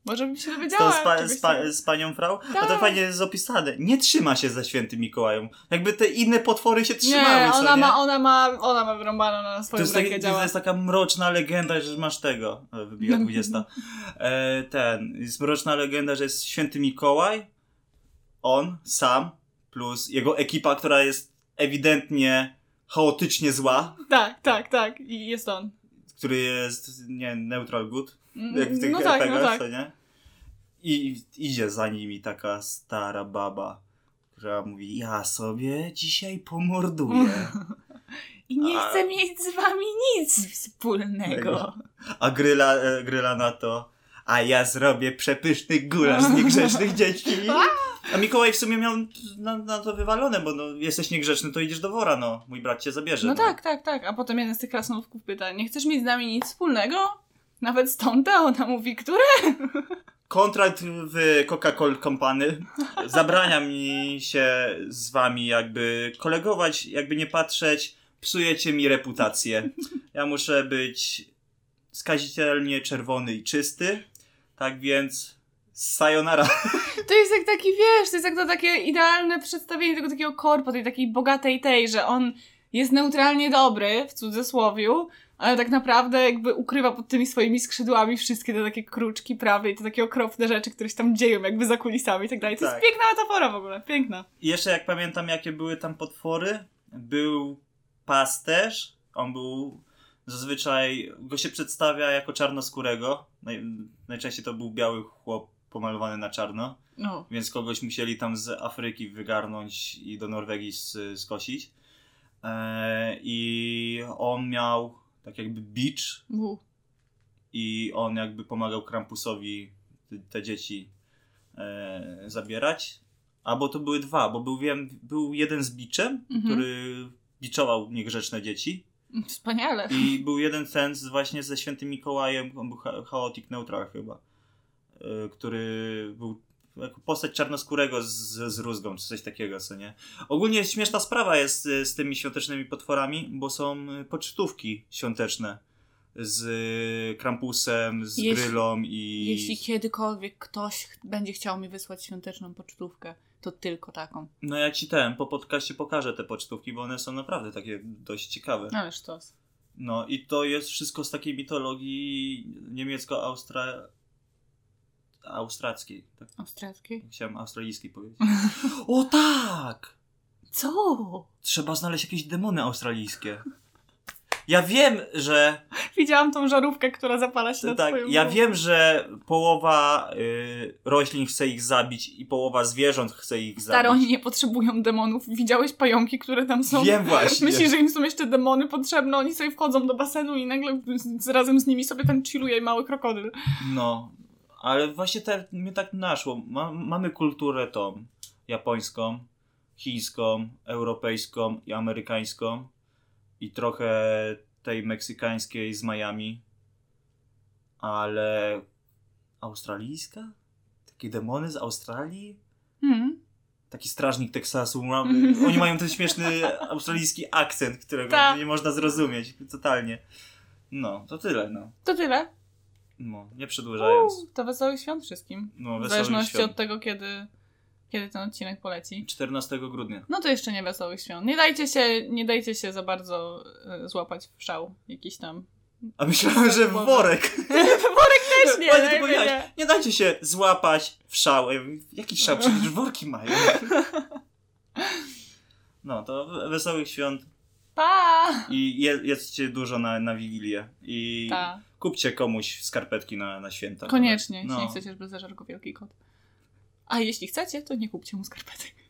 Może bym się dowiedziała. Z panią Frau? Tak. No to fajnie jest opisane. Nie trzyma się za świętym Mikołajem. Jakby te inne potwory się trzymały, nie, co nie? Ona ma wyrąbaną na swoją rękę działa. To jest taka mroczna legenda, że masz tego. Wybija 20. Jest mroczna legenda, że jest święty Mikołaj, on sam, plus jego ekipa, która jest ewidentnie chaotycznie zła. Tak. I jest on. Który jest, neutral good. Jak w tych tak. to nie? I idzie za nimi taka stara baba, która mówi, ja sobie dzisiaj pomorduję. I nie chcę mieć z wami nic wspólnego. A Gryla na to, a ja zrobię przepyszny gulasz z niegrzecznych dzieci. A Mikołaj w sumie miał na to wywalone, bo jesteś niegrzeczny, to idziesz do wora, mój brat cię zabierze. No tak. A potem jeden z tych krasnoludków pyta, nie chcesz mieć z nami nic wspólnego? Nawet stąd, a ona mówi, które? Kontrakt w Coca-Cola Company zabrania mi się z wami jakby kolegować, jakby nie patrzeć, psujecie mi reputację. Ja muszę być skazitelnie czerwony i czysty, tak więc sayonara. To jest jak taki, to jest jak to takie idealne przedstawienie tego takiego korpo, tej takiej bogatej że on jest neutralnie dobry, w cudzysłowiu, ale tak naprawdę jakby ukrywa pod tymi swoimi skrzydłami wszystkie te takie kruczki prawe i te takie okropne rzeczy, które się tam dzieją jakby za kulisami i tak dalej. To jest piękna metafora w ogóle, piękna. I jeszcze jak pamiętam, jakie były tam potwory, był pasterz, on był zazwyczaj, go się przedstawia jako czarnoskórego, najczęściej to był biały chłop pomalowany na czarno, więc kogoś musieli tam z Afryki wygarnąć i do Norwegii skosić. I on miał tak jakby bicz i on jakby pomagał Krampusowi te dzieci zabierać. Albo to były dwa, bo był jeden z biczem, który biczował niegrzeczne dzieci. Wspaniale. I był jeden ten właśnie ze świętym Mikołajem, on był Chaotic Neutral chyba, który był jako postać czarnoskórego z rózgą, czy coś takiego, co nie? Ogólnie śmieszna sprawa jest z tymi świątecznymi potworami, bo są pocztówki świąteczne z Krampusem, z Grylą i... Jeśli kiedykolwiek ktoś będzie chciał mi wysłać świąteczną pocztówkę, to tylko taką. No ja ci po podcaście pokażę te pocztówki, bo one są naprawdę takie dość ciekawe. Ale sztos. No i to jest wszystko z takiej mitologii austrackiej. Tak? Austrackiej? Chciałem australijskiej powiedzieć. O tak! Co? Trzeba znaleźć jakieś demony australijskie. Ja wiem, że... Widziałam tą żarówkę, która zapala się na twoją ja wiem, że połowa roślin chce ich zabić i połowa zwierząt chce ich zabić. Stary, oni nie potrzebują demonów. Widziałeś pająki, które tam są? Wiem właśnie. Myślisz, że im są jeszcze demony potrzebne? Oni sobie wchodzą do basenu i nagle razem z nimi sobie tam chilluje mały krokodyl. No, ale właśnie mnie tak naszło. Mamy kulturę tą japońską, chińską, europejską i amerykańską. I trochę tej meksykańskiej z Miami. Ale australijska? Takie demony z Australii? Taki strażnik Teksasu. Oni mają ten śmieszny australijski akcent, którego nie można zrozumieć. Totalnie. No, to tyle. To tyle? No, nie przedłużając. To wesołych świąt wszystkim. No, w zależności od tego, kiedy ten odcinek poleci. 14 grudnia. No to jeszcze nie wesołych świąt. Nie dajcie się za bardzo złapać w szał jakiś tam. A myślałem, że w worek. Worek też nie. Nie dajcie się złapać w szał. Jaki szał? Przecież worki mają. No, to wesołych świąt. Pa! I jedzcie dużo na Wigilię. I kupcie komuś skarpetki na święta. Koniecznie, jeśli nie chcecie, żeby zażarł go wielki kot. A jeśli chcecie, to nie kupcie mu skarpetek.